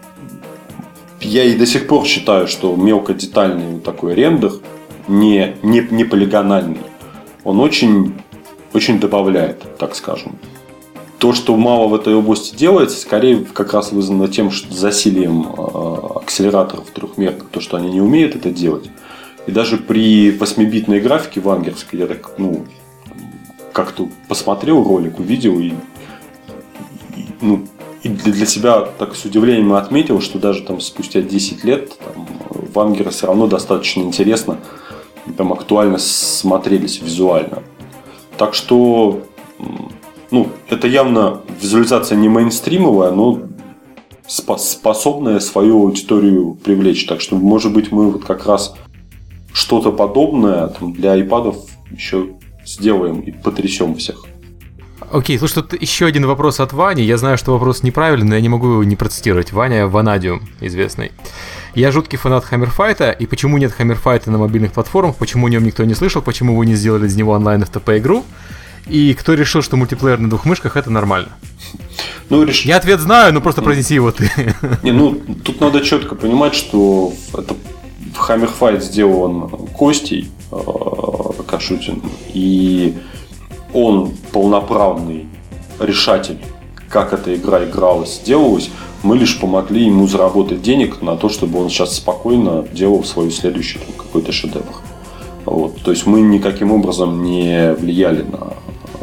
я и до сих пор считаю, что мелкодетальный вот такой рендер, не, не, не полигональный, он очень, очень добавляет, так скажем. То, что мало в этой области делается, скорее как раз вызвано тем, что засилием э, акселераторов трехмерных, то, что они не умеют это делать. И даже при восьмибитной графике вангерской я так, ну, как-то посмотрел ролик, увидел и Ну, и для себя так с удивлением отметил, что даже там спустя десять лет там, вангеры все равно достаточно интересно, там актуально смотрелись визуально. Так что ну, это явно визуализация не мейнстримовая, но способная свою аудиторию привлечь. Так что, может быть, мы вот как раз что-то подобное там, для iPad'ов еще сделаем и потрясем всех. Окей, слушай, тут еще один вопрос от Вани. Я знаю, что вопрос неправильный, но я не могу его не процитировать. Ваня Ванадиум, известный. Я жуткий фанат Хаммерфайта, и почему нет Хаммерфайта на мобильных платформах, почему о нем никто не слышал, почему вы не сделали из него онлайн эф ти пи-игру, и кто решил, что мультиплеер на двух мышках — это нормально? Ну, реш... Я ответ знаю, но просто произнеси его ты. Не, ну, тут надо четко понимать, что это Хаммерфайт сделан Костей э, Кашутин, и он полноправный решатель, как эта игра игралась, делалась. Мы лишь помогли ему заработать денег на то, чтобы он сейчас спокойно делал свой следующий там, какой-то шедевр. Вот. То есть мы никаким образом не влияли на,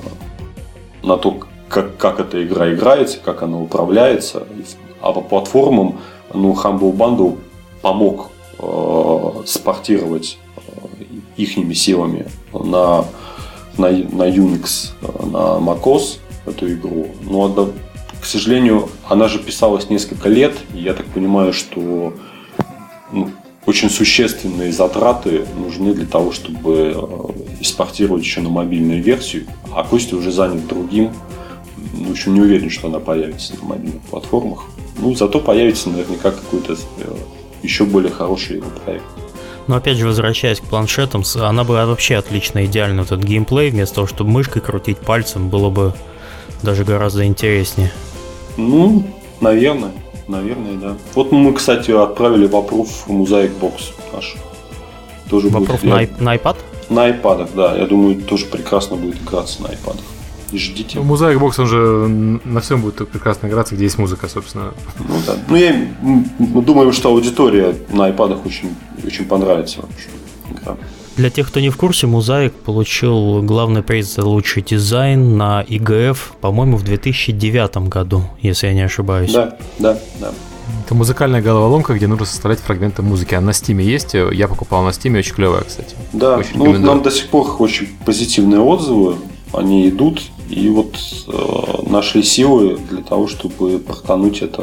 на то, как, как эта игра играется, как она управляется. А по платформам ну, Humble Bundle помог э, спортировать э, ихними силами на На, на Unix, на macOS эту игру. Но, к сожалению, она же писалась несколько лет. И я так понимаю, что ну, очень существенные затраты нужны для того, чтобы экспортировать еще на мобильную версию. А Костя уже занят другим. Ну, еще не уверен, что она появится на мобильных платформах. Ну, зато появится наверняка какой-то еще более хороший его проект. Но опять же, возвращаясь к планшетам, она была вообще отлично, идеально этот геймплей. Вместо того, чтобы мышкой крутить пальцем, было бы даже гораздо интереснее. Ну, наверное, наверное, да. Вот мы, кстати, отправили в аппрув Mosaic Box наш. Тоже в аппрув на, на iPad? На iPad'ах, да. Я думаю, тоже прекрасно будет играться на iPad'ах. И ждите. Ну, Mosaic Box, он же на всем будет прекрасно играться, где есть музыка, собственно. Ну да. Ну, я думаю, что аудитория на iPad'ах очень, очень понравится вообще. Да. Для тех, кто не в курсе, Mosaic получил главный приз за лучший дизайн на и джи эф, по-моему, в две тысячи девятом году, если я не ошибаюсь. Да, да, да. Это музыкальная головоломка, где нужно составлять фрагменты музыки. Она на Steam есть, я покупал на Steam, очень клевая, кстати. Да, ну, нам до сих пор очень позитивные отзывы, они идут. И вот э, нашли силы для того, чтобы портануть это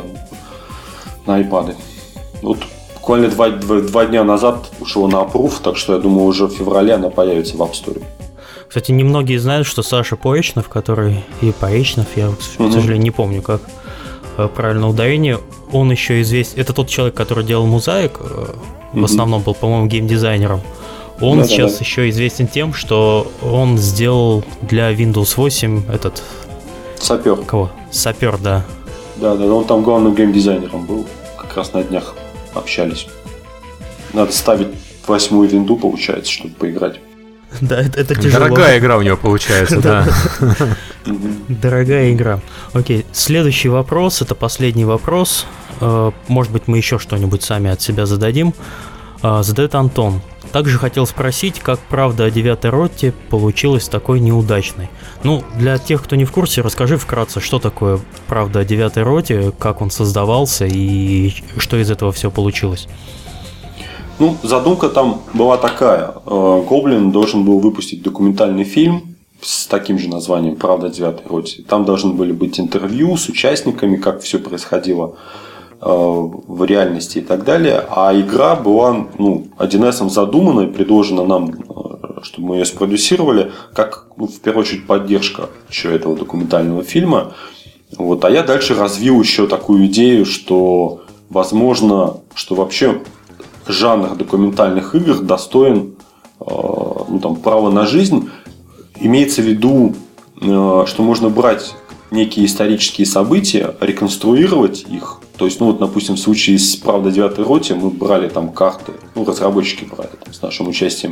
на iPad'ы. Вот буквально два, два, два дня назад ушло на аппрув, так что я думаю, уже в феврале она появится в App Store. Кстати, немногие знают, что Саша Поречнов, который... И Поречнов, я, к угу. сожалению, не помню, как правильно ударение, он еще известен... Это тот человек, который делал Mosaic, в угу. основном был, по-моему, геймдизайнером. Он да, сейчас да, да. еще известен тем, что он сделал для Windows восемь этот... Сапер. Кого? Сапер, да. Да, да, он там главным геймдизайнером был. Как раз на днях общались. Надо ставить восьмую винду, получается, чтобы поиграть. Да, это, это тяжело. Дорогая игра у него получается, да. Дорогая игра. Окей, следующий вопрос, это последний вопрос. Может быть, мы еще что-нибудь сами от себя зададим. Задает Антон. Также хотел спросить, как правда о девятой роте получилась такой неудачной. Ну, для тех, кто не в курсе, расскажи вкратце, что такое правда о девятой роте, как он создавался и что из этого все получилось. Ну, задумка там была такая. Гоблин должен был выпустить документальный фильм с таким же названием «Правда о девятой роте». Там должны были быть интервью с участниками, как все происходило в реальности и так далее. А игра была ну, один эс задумана и предложена нам, чтобы мы ее спродюсировали, как ну, в первую очередь поддержка еще этого документального фильма. Вот. А я дальше развил еще такую идею, что возможно, что вообще жанр документальных игр достоин ну, там, права на жизнь. Имеется в виду, что можно брать некие исторические события, реконструировать их. То есть, ну вот, допустим, в случае с «Правда о девятой роте» мы брали там карты, ну, разработчики брали там, с нашим участием,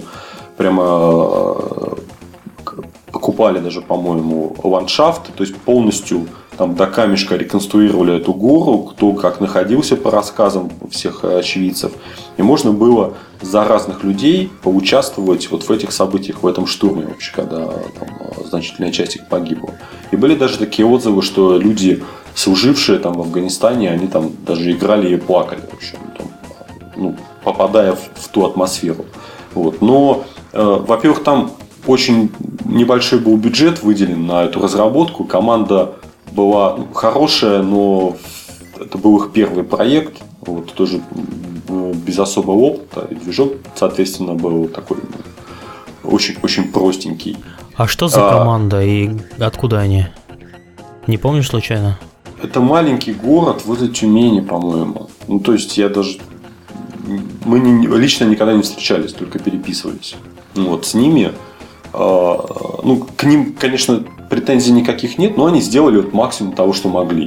прямо покупали даже, по-моему, ландшафт, то есть полностью там до камешка реконструировали эту гору, кто как находился по рассказам всех очевидцев. И можно было за разных людей поучаствовать вот в этих событиях, в этом штурме вообще, когда там, значительная часть их погибла. И были даже такие отзывы, что люди, служившие там в Афганистане, они там даже играли и плакали, в общем, там, ну, попадая в, в ту атмосферу. Вот. Но, э, во-первых, там очень небольшой был бюджет выделен на эту разработку. Команда была хорошая, но это был их первый проект. Вот, тоже без особого опыта. И движок, соответственно, был такой очень-очень простенький. А что за команда а, и откуда они? Не помнишь случайно? Это маленький город возле Тюмени, по-моему. Ну, то есть я даже... Мы не, лично никогда не встречались, только переписывались. Вот, с ними... Э, ну, к ним, конечно, претензий никаких нет, но они сделали вот максимум того, что могли.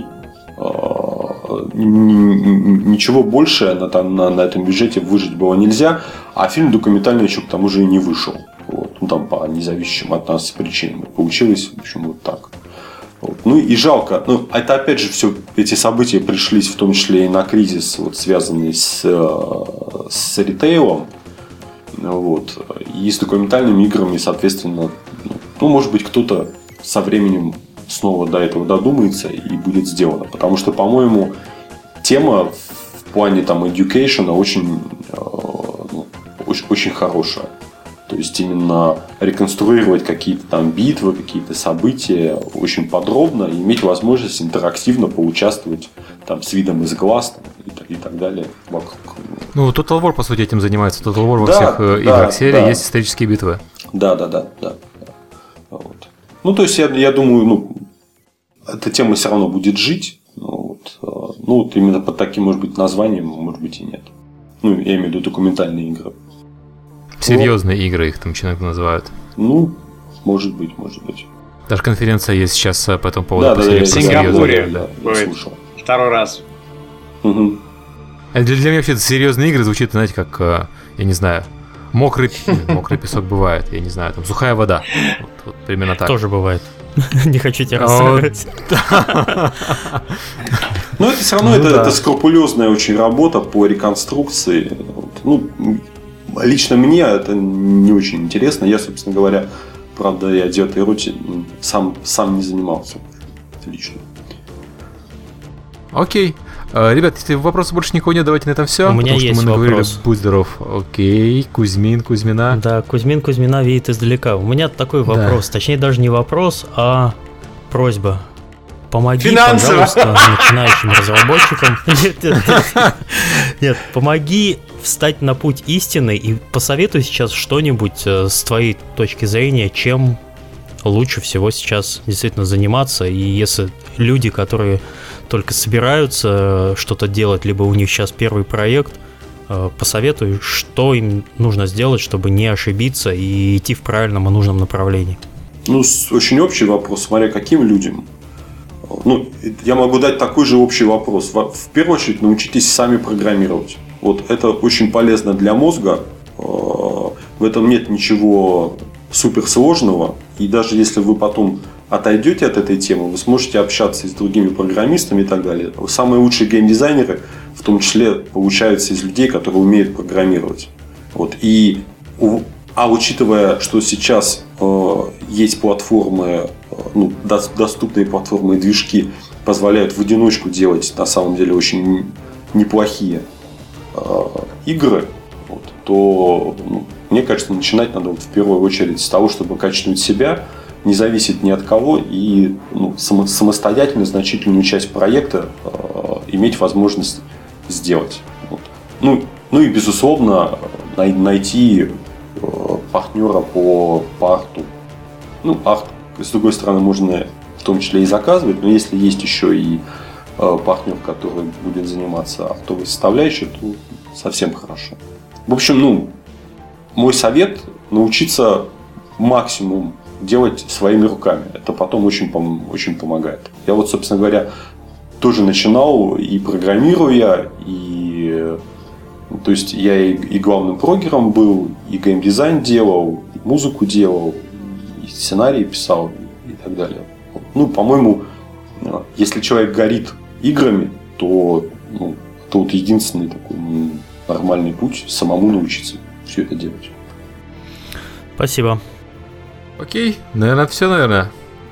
Э, ничего больше на, там, на, на этом бюджете выжить было нельзя, а фильм документальный еще к тому же и не вышел. Вот, ну, там по независимым от нас причинам. Получилось, в общем, вот так. Вот. Ну и жалко. Ну, это опять же все, эти события пришлись в том числе и на кризис, вот, связанный с, с ритейлом. Вот. И с документальными играми, соответственно, ну, может быть, кто-то со временем снова до этого додумается и будет сделано. Потому что, по-моему, тема в плане там education очень, ну, очень, очень хорошая. То есть именно реконструировать какие-то там битвы, какие-то события очень подробно и иметь возможность интерактивно поучаствовать там с видом из глаз там, и, и так далее вокруг. Ну, Total War, по сути, этим занимается. Total War во да, всех да, играх серии да. есть исторические битвы. Да, да, да, да. да. Вот. Ну, то есть я, я думаю, ну, эта тема все равно будет жить. Ну, вот, ну, вот именно под таким, может быть, названием, может быть, и нет. Ну, я имею в виду документальные игры. Серьезные вот. Игры их там еще иногда называют. Ну, может быть, может быть. Даже конференция есть сейчас по этому поводу. Да, да, да, в Сингапуре да, да, слушал. Второй раз. Угу. А для, для меня вообще серьезные игры звучит, знаете, как, я не знаю, мокрый, мокрый песок бывает, я не знаю, там сухая вода. Вот, вот примерно так. Тоже бывает. Не хочу тебя расстраивать. Но это все равно это скрупулезная очень работа по реконструкции. Ну, лично мне это не очень интересно. Я, собственно говоря, правда, я в этой роте сам, сам не занимался лично. Окей. Ребят, если вопросов больше никого нет, давайте на этом все. У меня есть что мы вопрос. Будь здоров. Окей. Кузьмин, Кузьмина. Да, Кузьмин Кузьмина видит издалека. У меня такой вопрос. Да. Точнее, даже не вопрос, а просьба. Помоги, финансово. Пожалуйста, начинающим разработчикам. Нет, нет, нет. Нет, помоги встать на путь истины и посоветуй сейчас что-нибудь с твоей точки зрения, чем лучше всего сейчас действительно заниматься. И если люди, которые только собираются что-то делать, либо у них сейчас первый проект, посоветуй, что им нужно сделать, чтобы не ошибиться и идти в правильном и нужном направлении. Ну, очень общий вопрос, смотря каким людям. Ну, я могу дать такой же общий вопрос. В первую очередь, научитесь сами программировать. Вот это очень полезно для мозга. В этом нет ничего суперсложного. И даже если вы потом отойдете от этой темы, вы сможете общаться и с другими программистами и так далее. Самые лучшие геймдизайнеры, в том числе, получаются из людей, которые умеют программировать. Вот. И, а учитывая, что сейчас э, есть платформы, э, ну, доступные платформы и движки, позволяют в одиночку делать на самом деле очень неплохие э, игры, вот, то, ну, мне кажется, начинать надо вот в первую очередь с того, чтобы качнуть себя, не зависеть ни от кого и, ну, само, самостоятельно значительную часть проекта э, иметь возможность сделать. Вот. Ну, ну и, безусловно, най- найти э, партнера по, по арту. Ну, арт, с другой стороны, можно в том числе и заказывать, но если есть еще и э, партнер, который будет заниматься артовой составляющей, то совсем хорошо. В общем, ну, мой совет – научиться максимум делать своими руками. Это потом очень, очень помогает. Я вот, собственно говоря, тоже начинал и программируя, и то есть я и, и главным прогером был, и геймдизайн делал, и музыку делал, и сценарии писал, и так далее. Ну, по-моему, если человек горит играми, то, ну, это вот единственный такой нормальный путь самому научиться все это делать. Спасибо. Окей, наверное, все, наверное.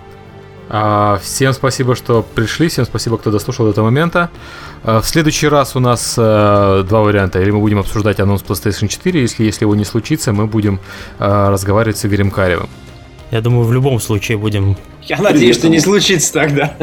А, всем спасибо, что пришли, всем спасибо, кто дослушал до этого момента. А, в следующий раз у нас а, два варианта. Или мы будем обсуждать анонс PlayStation четыре, если, если его не случится, мы будем а, разговаривать с Игорем Каревым. Я думаю, в любом случае будем... Я надеюсь, что не случится тогда.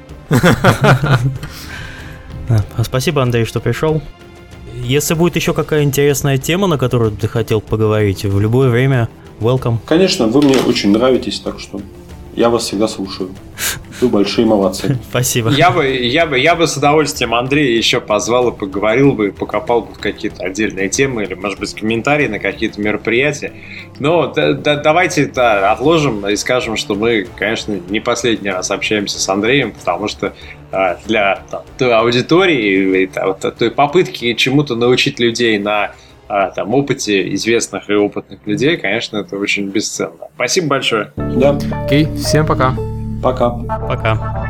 Спасибо, Андрей, что пришел. Если будет еще какая интересная тема, на которую ты хотел поговорить, в любое время, welcome. Конечно, вы мне очень нравитесь, так что я вас всегда слушаю. Вы большие молодцы. Спасибо. Я бы, я бы, я бы с удовольствием Андрея еще позвал и поговорил бы, покопал бы в какие-то отдельные темы или, может быть, комментарии на какие-то мероприятия. Но да, да, давайте это отложим и скажем, что мы, конечно, не последний раз общаемся с Андреем, потому что а, для там, той аудитории, там, той попытки чему-то научить людей на а, там, опыте известных и опытных людей, конечно, это очень бесценно. Спасибо большое. Да. Окей, всем пока. Пока. Пока.